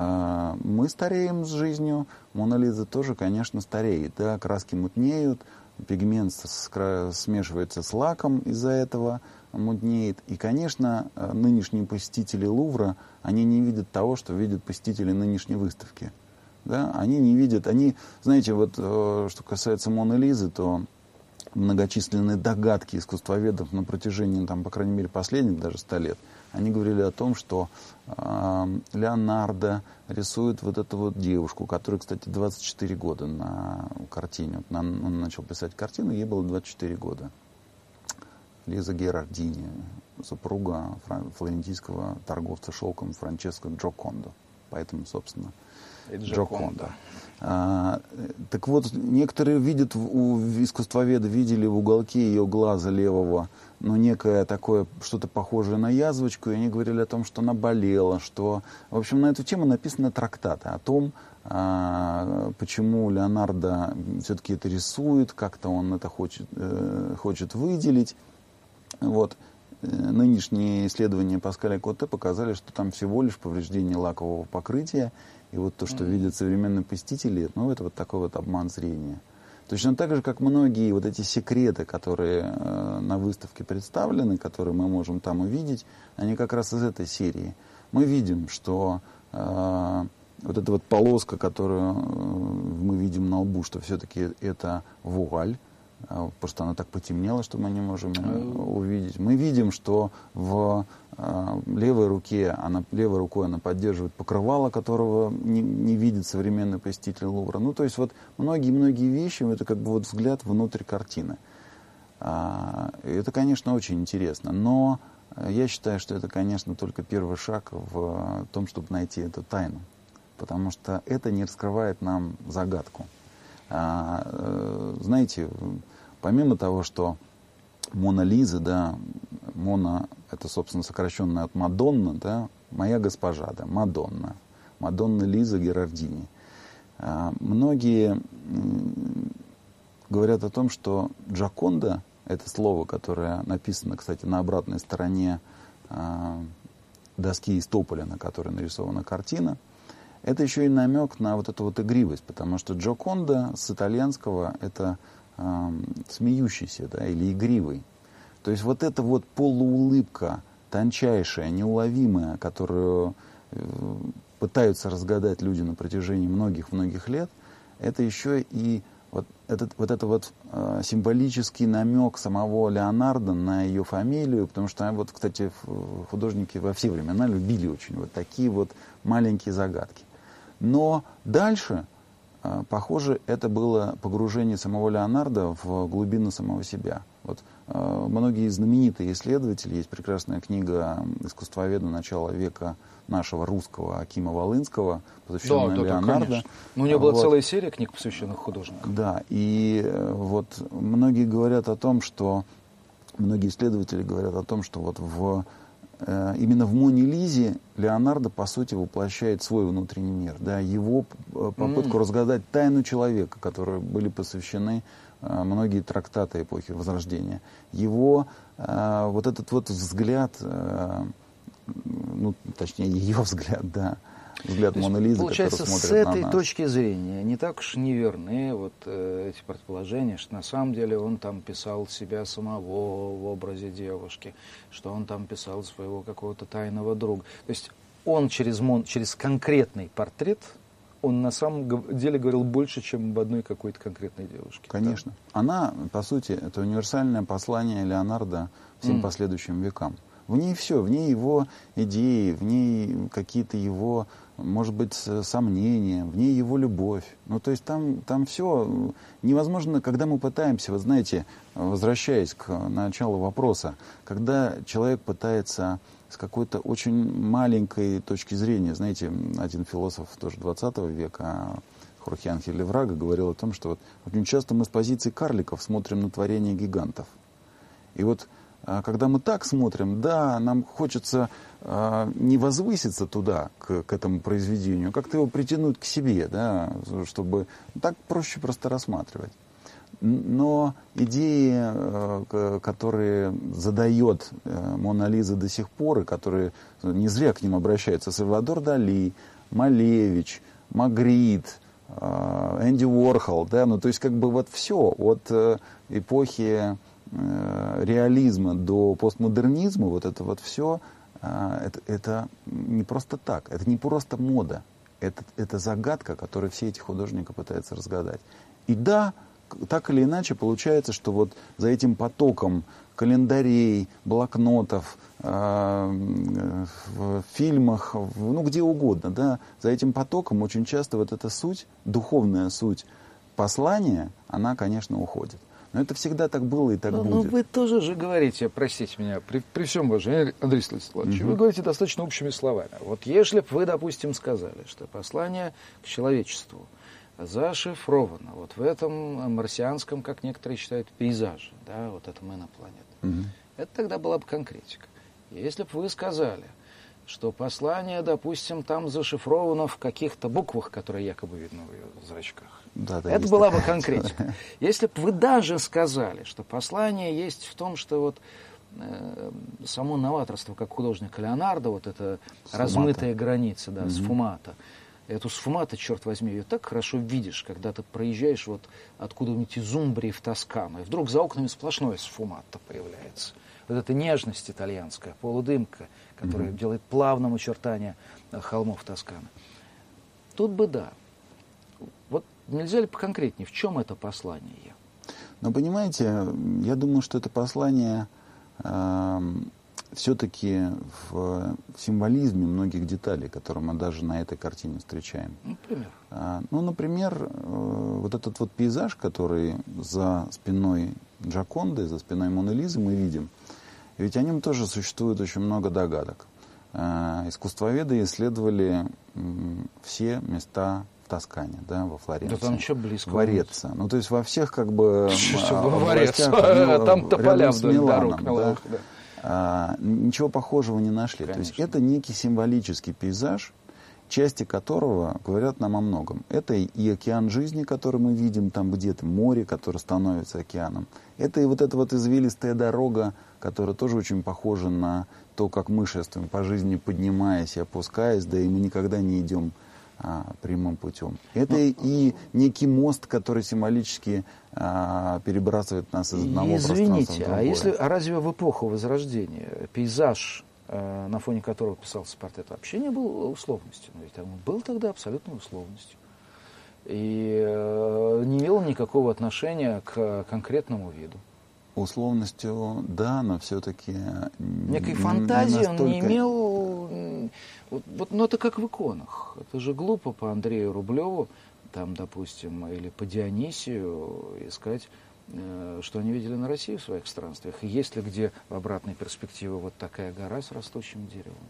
мы стареем с жизнью, Мона Лиза тоже, конечно, стареет. Да? Краски мутнеют, пигмент смешивается с лаком, из-за этого мутнеет. И, конечно, нынешние посетители Лувра, они не видят того, что видят посетители нынешней выставки. Да? Они не видят, они, знаете, вот что касается Моны Лизы, то многочисленные догадки искусствоведов на протяжении, там, по крайней мере, последних даже ста лет, они говорили о том, что э, Леонардо рисует вот эту вот девушку, которой, кстати, двадцать четыре года на картине. Вот на, он начал писать картину, ей было двадцать четыре года. Лиза Герардини, супруга флорентийского торговца шелком Франческо Джокондо. Поэтому, собственно, Джокондо. А, так вот, некоторые видят, у искусствоведы видели в уголке ее глаза левого, ну, некое такое, что-то похожее на язвочку, и они говорили о том, что она болела, что... В общем, на эту тему написаны трактаты о том, а, почему Леонардо все-таки это рисует, как-то он это хочет, э, хочет выделить. Вот. Нынешние исследования Паскаля Котте показали, что там всего лишь повреждение лакового покрытия. И вот то, что mm-hmm. видят современные посетители, ну, это вот такой вот обман зрения. Точно так же, как многие вот эти секреты, которые э, на выставке представлены, которые мы можем там увидеть, они как раз из этой серии. Мы видим, что э, вот эта вот полоска, которую э, мы видим на лбу, что все-таки это вуаль, просто она так потемнела, что мы не можем увидеть. Мы видим, что в э, левой руке, она, левой рукой она поддерживает покрывало, которого не, не видит современный посетитель Лувра. Ну, то есть вот многие-многие вещи, это как бы вот взгляд внутрь картины. А, это, конечно, очень интересно, но я считаю, что это, конечно, только первый шаг в том, чтобы найти эту тайну, потому что это не раскрывает нам загадку. А, знаете, помимо того, что Мона Лиза, да, Мона, это, собственно, сокращенное от Мадонна, да, моя госпожа, да, Мадонна, Мадонна Лиза Герардини. Многие говорят о том, что Джоконда, это слово, которое написано, кстати, на обратной стороне доски из тополя, на которой нарисована картина, это еще и намек на вот эту вот игривость, потому что Джоконда с итальянского это э, смеющийся, да, или игривый. То есть вот эта вот полуулыбка, тончайшая, неуловимая, которую э, пытаются разгадать люди на протяжении многих-многих лет, это еще и вот этот вот, это вот э, символический намек самого Леонардо на ее фамилию, потому что, вот, кстати, художники во все времена любили очень вот такие вот маленькие загадки. Но дальше, э, похоже, это было погружение самого Леонардо в глубину самого себя. Вот, э, многие знаменитые исследователи, есть прекрасная книга искусствоведа начала века нашего русского Акима Волынского, посвященная да, Леонардо. Да, ну, у него была вот целая серия книг, посвященных художникам. Да, и вот многие говорят о том, что, многие исследователи говорят о том, что вот в, э, именно в Моне Лизе Леонардо, по сути, воплощает свой внутренний мир. Да, его попытку mm. разгадать тайну человека, которой были посвящены э, многие трактаты эпохи Возрождения. Его э, вот этот вот взгляд... Э, ну, точнее, ее взгляд, да, взгляд Моны Лизы, который смотрит на нас. Получается, с этой точки зрения не так уж неверны вот э, эти предположения, что на самом деле он там писал себя самого в образе девушки, что он там писал своего какого-то тайного друга. То есть он через, мон, через конкретный портрет, он на самом деле говорил больше, чем об одной какой-то конкретной девушке. Конечно. Да? Она, по сути, это универсальное послание Леонардо всем mm. последующим векам. В ней все, в ней его идеи, в ней какие-то его, может быть, сомнения, в ней его любовь. Ну, то есть там, там все невозможно, когда мы пытаемся, вот знаете, возвращаясь к началу вопроса, когда человек пытается с какой-то очень маленькой точки зрения, знаете, один философ тоже двадцатого века, Хорхе Анхель Леврага, говорил о том, что вот очень часто мы с позиции карликов смотрим на творение гигантов. И вот когда мы так смотрим, да, нам хочется э, не возвыситься туда, к, к этому произведению, как-то его притянуть к себе, да, чтобы так проще просто рассматривать. Но идеи, э, которые задает э, Мона Лиза до сих пор, и которые не зря к ним обращаются, Сальвадор Дали, Малевич, Магрит, э, Энди Уорхол, да, ну то есть как бы вот все от э, эпохи реализма до постмодернизма, вот это вот все, это, это не просто так, это не просто мода, это, это загадка, которую все эти художники пытаются разгадать. И да, так или иначе получается, что вот за этим потоком календарей, блокнотов, э, в фильмах, в, ну где угодно, да, за этим потоком очень часто вот эта суть, духовная суть послания, она, конечно, уходит. Но это всегда так было и так но, будет. Но вы тоже же говорите, простите меня, при, при всем уважении, Андрей Станиславович, угу. вы говорите достаточно общими словами. Вот если бы вы, допустим, сказали, что послание к человечеству зашифровано вот в этом марсианском, как некоторые считают, пейзаже, да, вот этом инопланетном, угу. это тогда была бы конкретика. Если бы вы сказали, что послание, допустим, там зашифровано в каких-то буквах, которые якобы видны в ее зрачках. Да, да, это была такая бы конкретика. Если бы вы даже сказали, что послание есть в том, что вот э, само новаторство как художника Леонардо, вот эта сфумата. Размытая граница, да, угу. сфумата. Эту сфумату, черт возьми, ее так хорошо видишь, когда ты проезжаешь вот откуда-нибудь из Умбрии в Тоскану, и вдруг за окнами сплошной сфумата появляется. Вот эта нежность итальянская, полудымка, которая mm-hmm. делает плавным очертания холмов Тосканы. Тут бы да. Вот нельзя ли поконкретнее, в чем это послание? Ну, понимаете, я думаю, что это послание э, все-таки в символизме многих деталей, которые мы даже на этой картине встречаем. Например? Э, ну, например, э, вот этот вот пейзаж, который за спиной Джоконды, за спиной Моны Лизы мы видим, ведь о нем тоже существует очень много догадок. Э, искусствоведы исследовали э, все места в Тоскане, да, во Флоренции. Да там что близко. В Ареццо. Ну, то есть во всех как бы... В Ареццо. Там тополя вдоль дорог. Да. А, ничего похожего не нашли. Конечно. То есть это некий символический пейзаж. части которого говорят нам о многом. Это и океан жизни, который мы видим там где-то, море, которое становится океаном. Это и вот эта вот извилистая дорога, которая тоже очень похожа на то, как мы шествуем по жизни, поднимаясь и опускаясь, да и мы никогда не идем а, прямым путем. Это ну, и некий мост, который символически а, перебрасывает нас из одного извините, пространства в другое. А если, а разве в эпоху Возрождения пейзаж, на фоне которого писался портрет, вообще не был условностью? Но ведь он был тогда абсолютной условностью. И э, не имел никакого отношения к конкретному виду. Условностью, да, но все-таки... Некой фантазии не настолько... он не имел... Вот, вот, но это как в иконах. Это же глупо по Андрею Рублеву, там, допустим, или по Дионисию искать... что они видели на России в своих странствиях. И есть ли где в обратной перспективе вот такая гора с растущим деревом?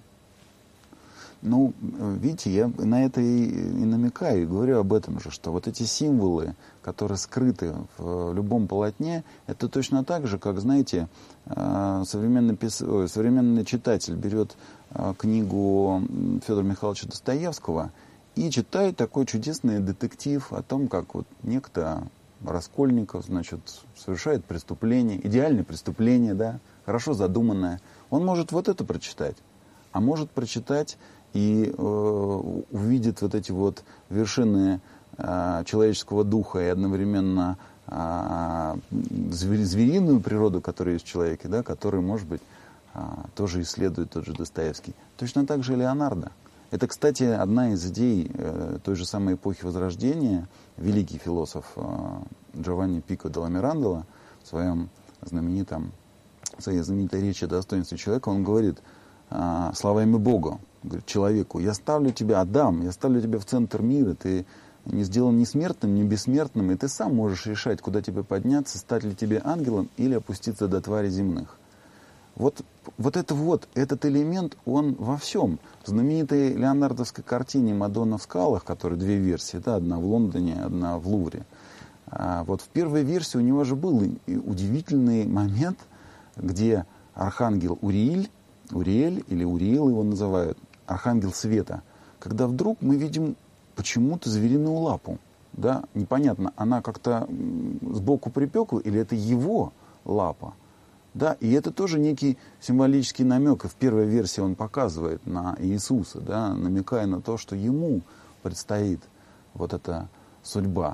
Ну, видите, я на это и, и намекаю, и говорю об этом же, что вот эти символы, которые скрыты в любом полотне, это точно так же, как, знаете, современный, пис... современный читатель берет книгу Федора Михайловича Достоевского и читает такой чудесный детектив о том, как вот некто Раскольников, значит, совершает преступление, идеальное преступление, да, хорошо задуманное. Он может вот это прочитать, а может прочитать и э, увидит вот эти вот вершины э, человеческого духа и одновременно э, звери, звериную природу, которая есть в человеке, да, которую, может быть, э, тоже исследует тот же Достоевский. Точно так же Леонардо. Это, кстати, одна из идей э, той же самой эпохи Возрождения. Великий философ э, Джованни Пико делла Мирандола в своем знаменитом, в своей знаменитой речи о достоинстве человека, он говорит э, словами Бога, говорит человеку: я ставлю тебя, Адам, я ставлю тебя в центр мира, ты не сделан ни смертным, ни бессмертным, и ты сам можешь решать, куда тебе подняться, стать ли тебе ангелом или опуститься до тварей земных. Вот, вот это вот, этот элемент, он во всем. В знаменитой леонардовской картине «Мадонна в скалах», которой две версии, да, одна в Лондоне, одна в Лувре. А вот в первой версии у него же был удивительный момент, где архангел Уриэль, Уриэль или Уриэл его называют, архангел света, когда вдруг мы видим почему-то звериную лапу. Да? Непонятно, она как-то сбоку припекла или это его лапа. Да, и это тоже некий символический намек. И в первой версии он показывает на Иисуса, да, намекая на то, что ему предстоит вот эта судьба.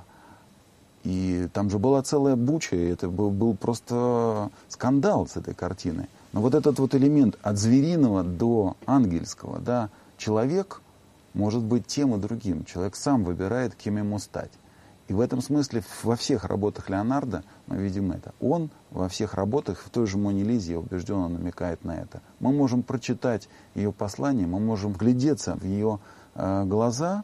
И там же была целая буча, и это был, был просто скандал с этой картиной. Но вот этот вот элемент от звериного до ангельского, да, человек может быть тем и другим. Человек сам выбирает, кем ему стать. И в этом смысле во всех работах Леонардо мы видим это. Он во всех работах, в той же Моне Лизе, я убежден, он намекает на это. Мы можем прочитать ее послание, мы можем вглядеться в ее э, глаза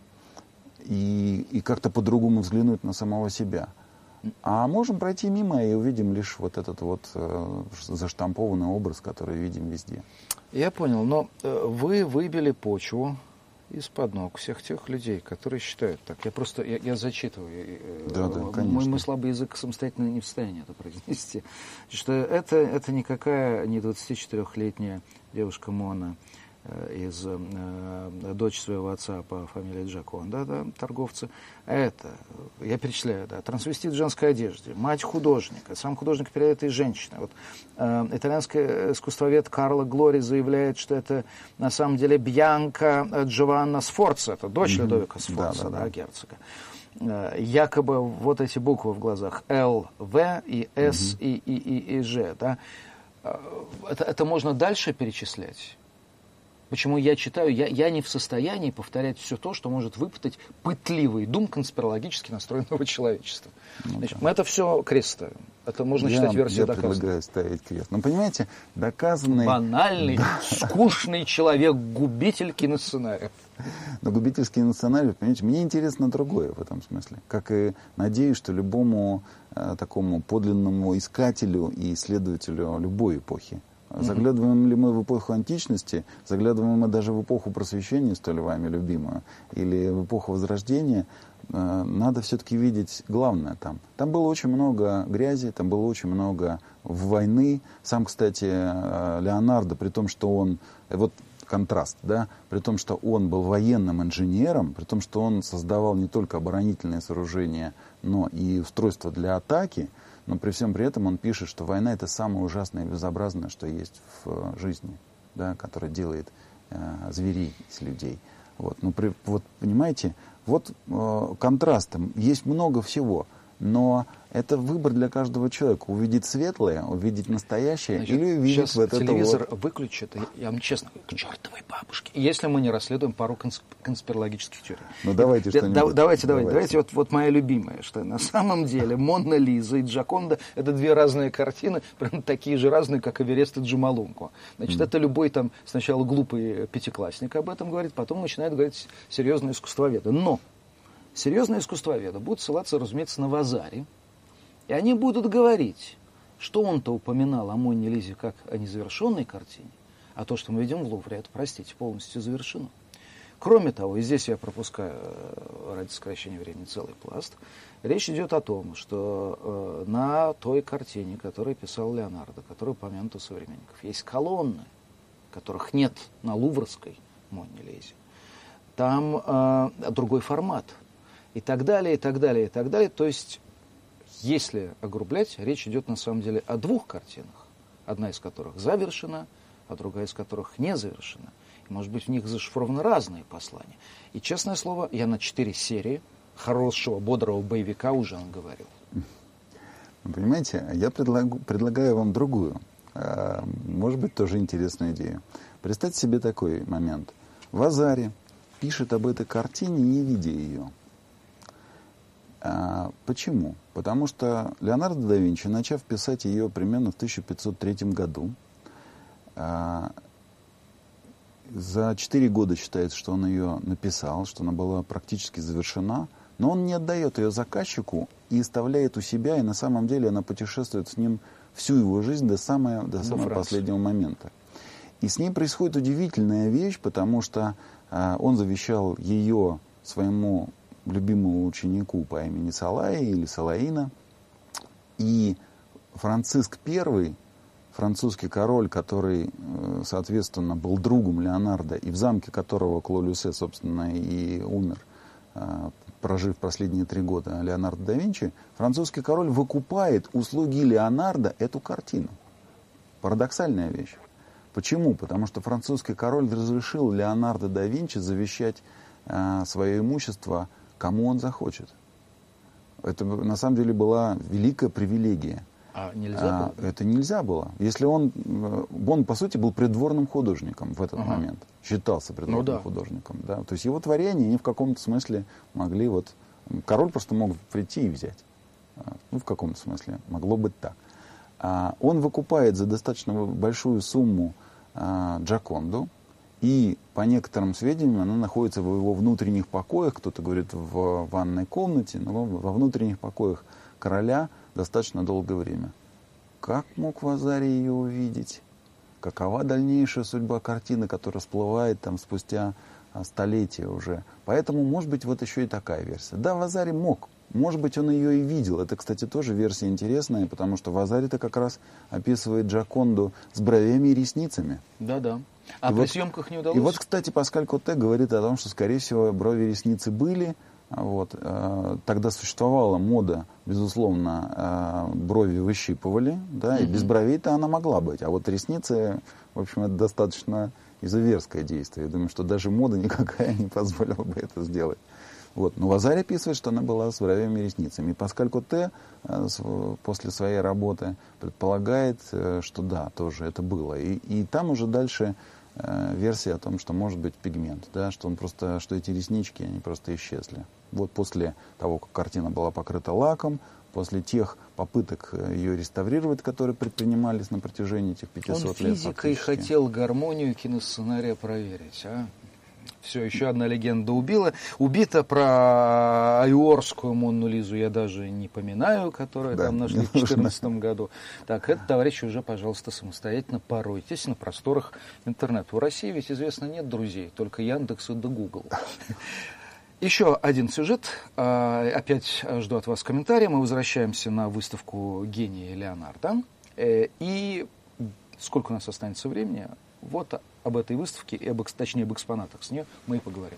и, и как-то по-другому взглянуть на самого себя. А можем пройти мимо и увидим лишь вот этот вот э, заштампованный образ, который видим везде. Я понял, но э, вы выбили почву из-под ног всех тех людей, которые считают так. Я просто, я, я зачитываю. Да, да, конечно. Мой, мой слабый язык самостоятельно не в состоянии это произнести. Что это, это никакая не двадцатичетырёхлетняя девушка Мона из э, дочь своего отца по фамилии Джакон, да, да, торговца. Это, я перечисляю, да, трансвестит в женской одежде, мать художника, сам художник перед этой женщиной. Вот, э, итальянский искусствовед Карло Глори заявляет, что это на самом деле Бьянка Джованна Сфорца, это дочь mm-hmm. Людовика Сфорца, да, да, да, герцога. Э, якобы вот эти буквы в глазах Л, В и С mm-hmm. и, и, и, и Ж, да. Э, это, это можно дальше перечислять. Почему я читаю, я, я не в состоянии повторять все то, что может выпытать пытливый дум конспирологически настроенного человечества. Ну, Значит, да. Мы это все крест ставим. Это можно я, считать версией доказанной. Я предлагаю ставить крест. Но понимаете, доказанный... Банальный, да. скучный человек, губитель киносценариев. Но губитель киносценариев, понимаете, мне интересно другое в этом смысле. Как и надеюсь, что любому э, такому подлинному искателю и исследователю любой эпохи, заглядываем ли мы в эпоху античности, заглядываем мы даже в эпоху просвещения, столь вами любимую, или в эпоху Возрождения, э, надо все-таки видеть главное там. Там было очень много грязи, там было очень много войны. Сам, кстати, Леонардо, при том, что он... Вот контраст, да, при том, что он был военным инженером, при том, что он создавал не только оборонительные сооружения, но и устройства для атаки, но при всем при этом он пишет, что война — это самое ужасное и безобразное, что есть в жизни, да, которое делает э, зверей из людей. Вот, ну, при, вот понимаете, вот э, контрасты, есть много всего, но это выбор для каждого человека. Увидеть светлое, увидеть настоящее, значит, или увидеть вот это вот. Телевизор выключит, я вам честно говорю, к чертовой бабушке, если мы не расследуем пару конспирологических теорий. Ну давайте что-нибудь. Да, давайте, давайте, давайте. Вот, вот моя любимая, что на самом деле Мона Лиза и Джоконда — это две разные картины, прям такие же разные, как Эверест и Джомолунгма. Значит, mm. это любой там сначала глупый пятиклассник об этом говорит, потом начинает говорить серьезные искусствоведы. Но серьезные искусствоведы будут ссылаться, разумеется, на Вазари, и они будут говорить, что он-то упоминал о Моне Лизе как о незавершенной картине, а то, что мы видим в Лувре, это, простите, полностью завершено. Кроме того, и здесь я пропускаю ради сокращения времени целый пласт, речь идет о том, что э, на той картине, которую писал Леонардо, которая упомянута у современников, есть колонны, которых нет на луврской Моне Лизе. Там э, другой формат. И так далее, и так далее, и так далее. То есть, если огрублять, речь идет на самом деле о двух картинах. Одна из которых завершена, а другая из которых не завершена. И, может быть, в них зашифрованы разные послания. И, честное слово, я на четыре серии хорошего, бодрого боевика уже говорил. Вы понимаете, я предлагаю, предлагаю вам другую, может быть, тоже интересную идею. Представьте себе такой момент. Вазари пишет об этой картине, не видя ее. А, почему? Потому что Леонардо да Винчи, начав писать ее примерно в тысяча пятьсот третьем году, а, за четыре года считается, что он ее написал, что она была практически завершена, но он не отдает ее заказчику и оставляет у себя, и на самом деле она путешествует с ним всю его жизнь до самого, до самого последнего момента. И с ней происходит удивительная вещь, потому что а, он завещал ее своему любимому ученику по имени Салаи или Салаина. И Франциск Первый, французский король, который, соответственно, был другом Леонардо, и в замке которого Кло Люсе, собственно, и умер, прожив последние три года Леонардо да Винчи, французский король выкупает услуги Леонардо эту картину. Парадоксальная вещь. Почему? Потому что французский король разрешил Леонардо да Винчи завещать э, свое имущество кому он захочет. Это на самом деле была великая привилегия. А нельзя было? А, это нельзя было. Если он, он, по сути, был придворным художником в этот ага. момент. Считался придворным ну, да. художником. Да? То есть его творения, они в каком-то смысле могли вот... Король просто мог прийти и взять. Ну, в каком-то смысле. Могло быть так. А, он выкупает за достаточно большую сумму а, Джоконду. И по некоторым сведениям она находится в его внутренних покоях, кто-то говорит в ванной комнате, но во внутренних покоях короля достаточно долгое время. Как мог Вазари ее увидеть? Какова дальнейшая судьба картины, которая всплывает там спустя столетия уже? Поэтому, может быть, вот еще и такая версия. Да, Вазари мог. Может быть, он ее и видел. Это, кстати, тоже версия интересная, потому что Вазари-то как раз описывает Джоконду с бровями и ресницами. Да-да. А и при вот, съемках не удалось? И вот, кстати, Паскаль Котте говорит о том, что, скорее всего, брови и ресницы были. Вот, э, тогда существовала мода, безусловно, э, брови выщипывали, да, mm-hmm. и без бровей-то она могла быть. А вот ресницы, в общем, это достаточно изуверское действие. Я думаю, что даже мода никакая не позволила бы это сделать. Вот. Но Вазари описывает, что она была с бровями и ресницами. И Паскаль Котте э, с, после своей работы предполагает, э, что да, тоже это было. И, и там уже дальше э, версия о том, что может быть пигмент, да, что он просто, что эти реснички, они просто исчезли. Вот после того, как картина была покрыта лаком, после тех попыток ее реставрировать, которые предпринимались на протяжении этих пятисот лет. Он физикой хотел гармонию киносценария проверить, а? Все, еще одна легенда убила. Убита про Айорскую Мону Лизу я даже не поминаю, которую да, там нашли в две тысячи четырнадцатом году. Так, это, товарищи, уже, пожалуйста, самостоятельно поройтесь на просторах интернета. В России ведь, известно, нет друзей, только Яндекс и да Гугл. Еще один сюжет. Опять жду от вас комментария. Мы возвращаемся на выставку гения Леонардо. И сколько у нас останется времени? Вот об этой выставке, и об, точнее об экспонатах с нее мы и поговорим.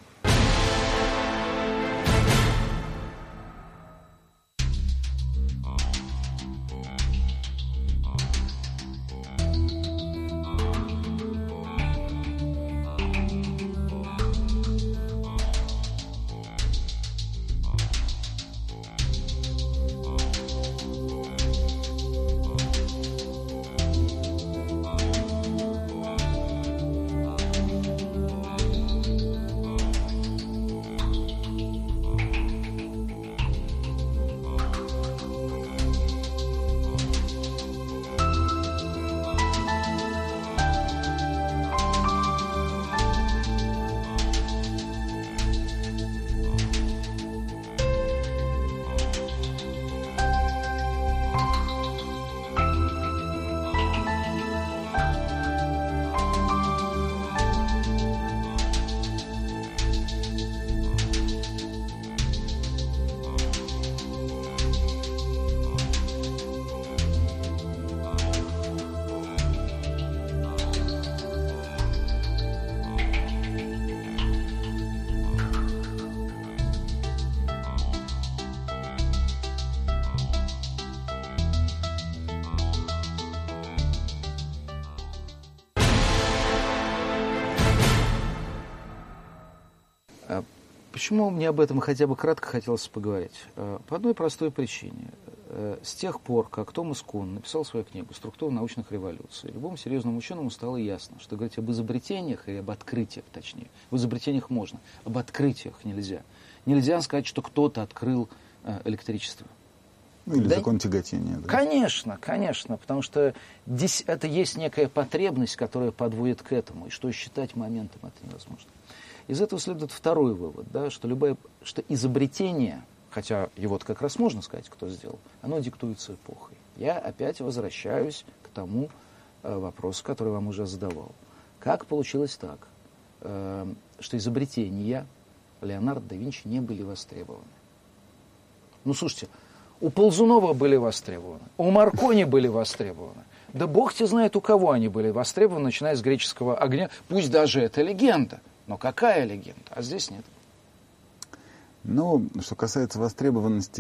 Почему мне об этом хотя бы кратко хотелось поговорить? По одной простой причине. С тех пор, как Томас Кун написал свою книгу «Структура научных революций», любому серьезному ученому стало ясно, что говорить об изобретениях, или об открытиях, точнее, в изобретениях можно, об открытиях нельзя. Нельзя сказать, что кто-то открыл электричество. Или да? закон тяготения. Да? Конечно, конечно, потому что здесь это есть некая потребность, которая подводит к этому, и что считать моментом это невозможно. Из этого следует второй вывод, да, что, любое, что изобретение, хотя его как раз можно сказать, кто сделал, оно диктуется эпохой. Я опять возвращаюсь к тому э, вопросу, который вам уже задавал. Как получилось так, э, что изобретения Леонардо да Винчи не были востребованы? Ну, слушайте, у Ползунова были востребованы, у Маркони были востребованы. Да бог те знает, у кого они были востребованы, начиная с греческого огня. Пусть даже это легенда. Но какая легенда? А здесь нет. Ну, что касается востребованности,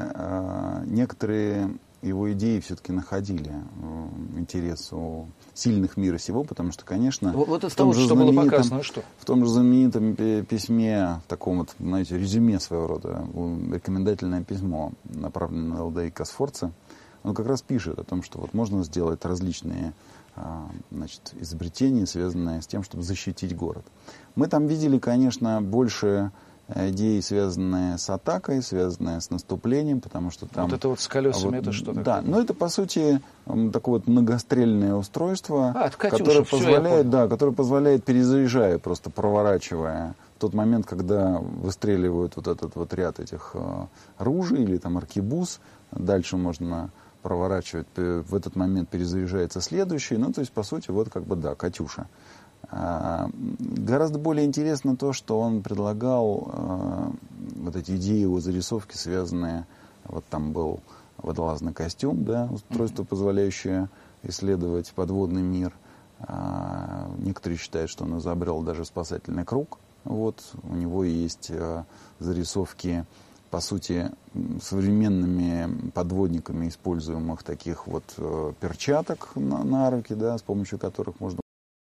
некоторые его идеи все-таки находили интерес у сильных мира сего, потому что, конечно, вот это в том, что было показано, что? В том же знаменитом письме, таком вот, знаете, резюме своего рода, рекомендательное письмо, направленное на Лодовико Сфорца, он как раз пишет о том, что вот можно сделать различные, значит, изобретения, связанные с тем, чтобы защитить город. Мы там видели, конечно, больше идеи, связанные с атакой, связанные с наступлением, потому что там... Вот это вот с колесами, вот, это что такое? Да, но это, по сути, такое вот многострельное устройство, а, Катюша, которое, все, позволяет, да, которое позволяет, перезаряжая, просто проворачивая, в тот момент, когда выстреливают вот этот вот ряд этих э, ружей или там аркебуз, дальше можно проворачивать, в этот момент перезаряжается следующий, ну, то есть, по сути, вот как бы, да, Катюша. А, гораздо более интересно то, что он предлагал а, вот эти идеи его зарисовки, связанные, вот там был водолазный костюм, да, устройство, позволяющее исследовать подводный мир. А, некоторые считают, что он изобрел даже спасательный круг. Вот, у него есть а, зарисовки, по сути, современными подводниками используемых таких вот э, перчаток на, на руки, да, с помощью которых можно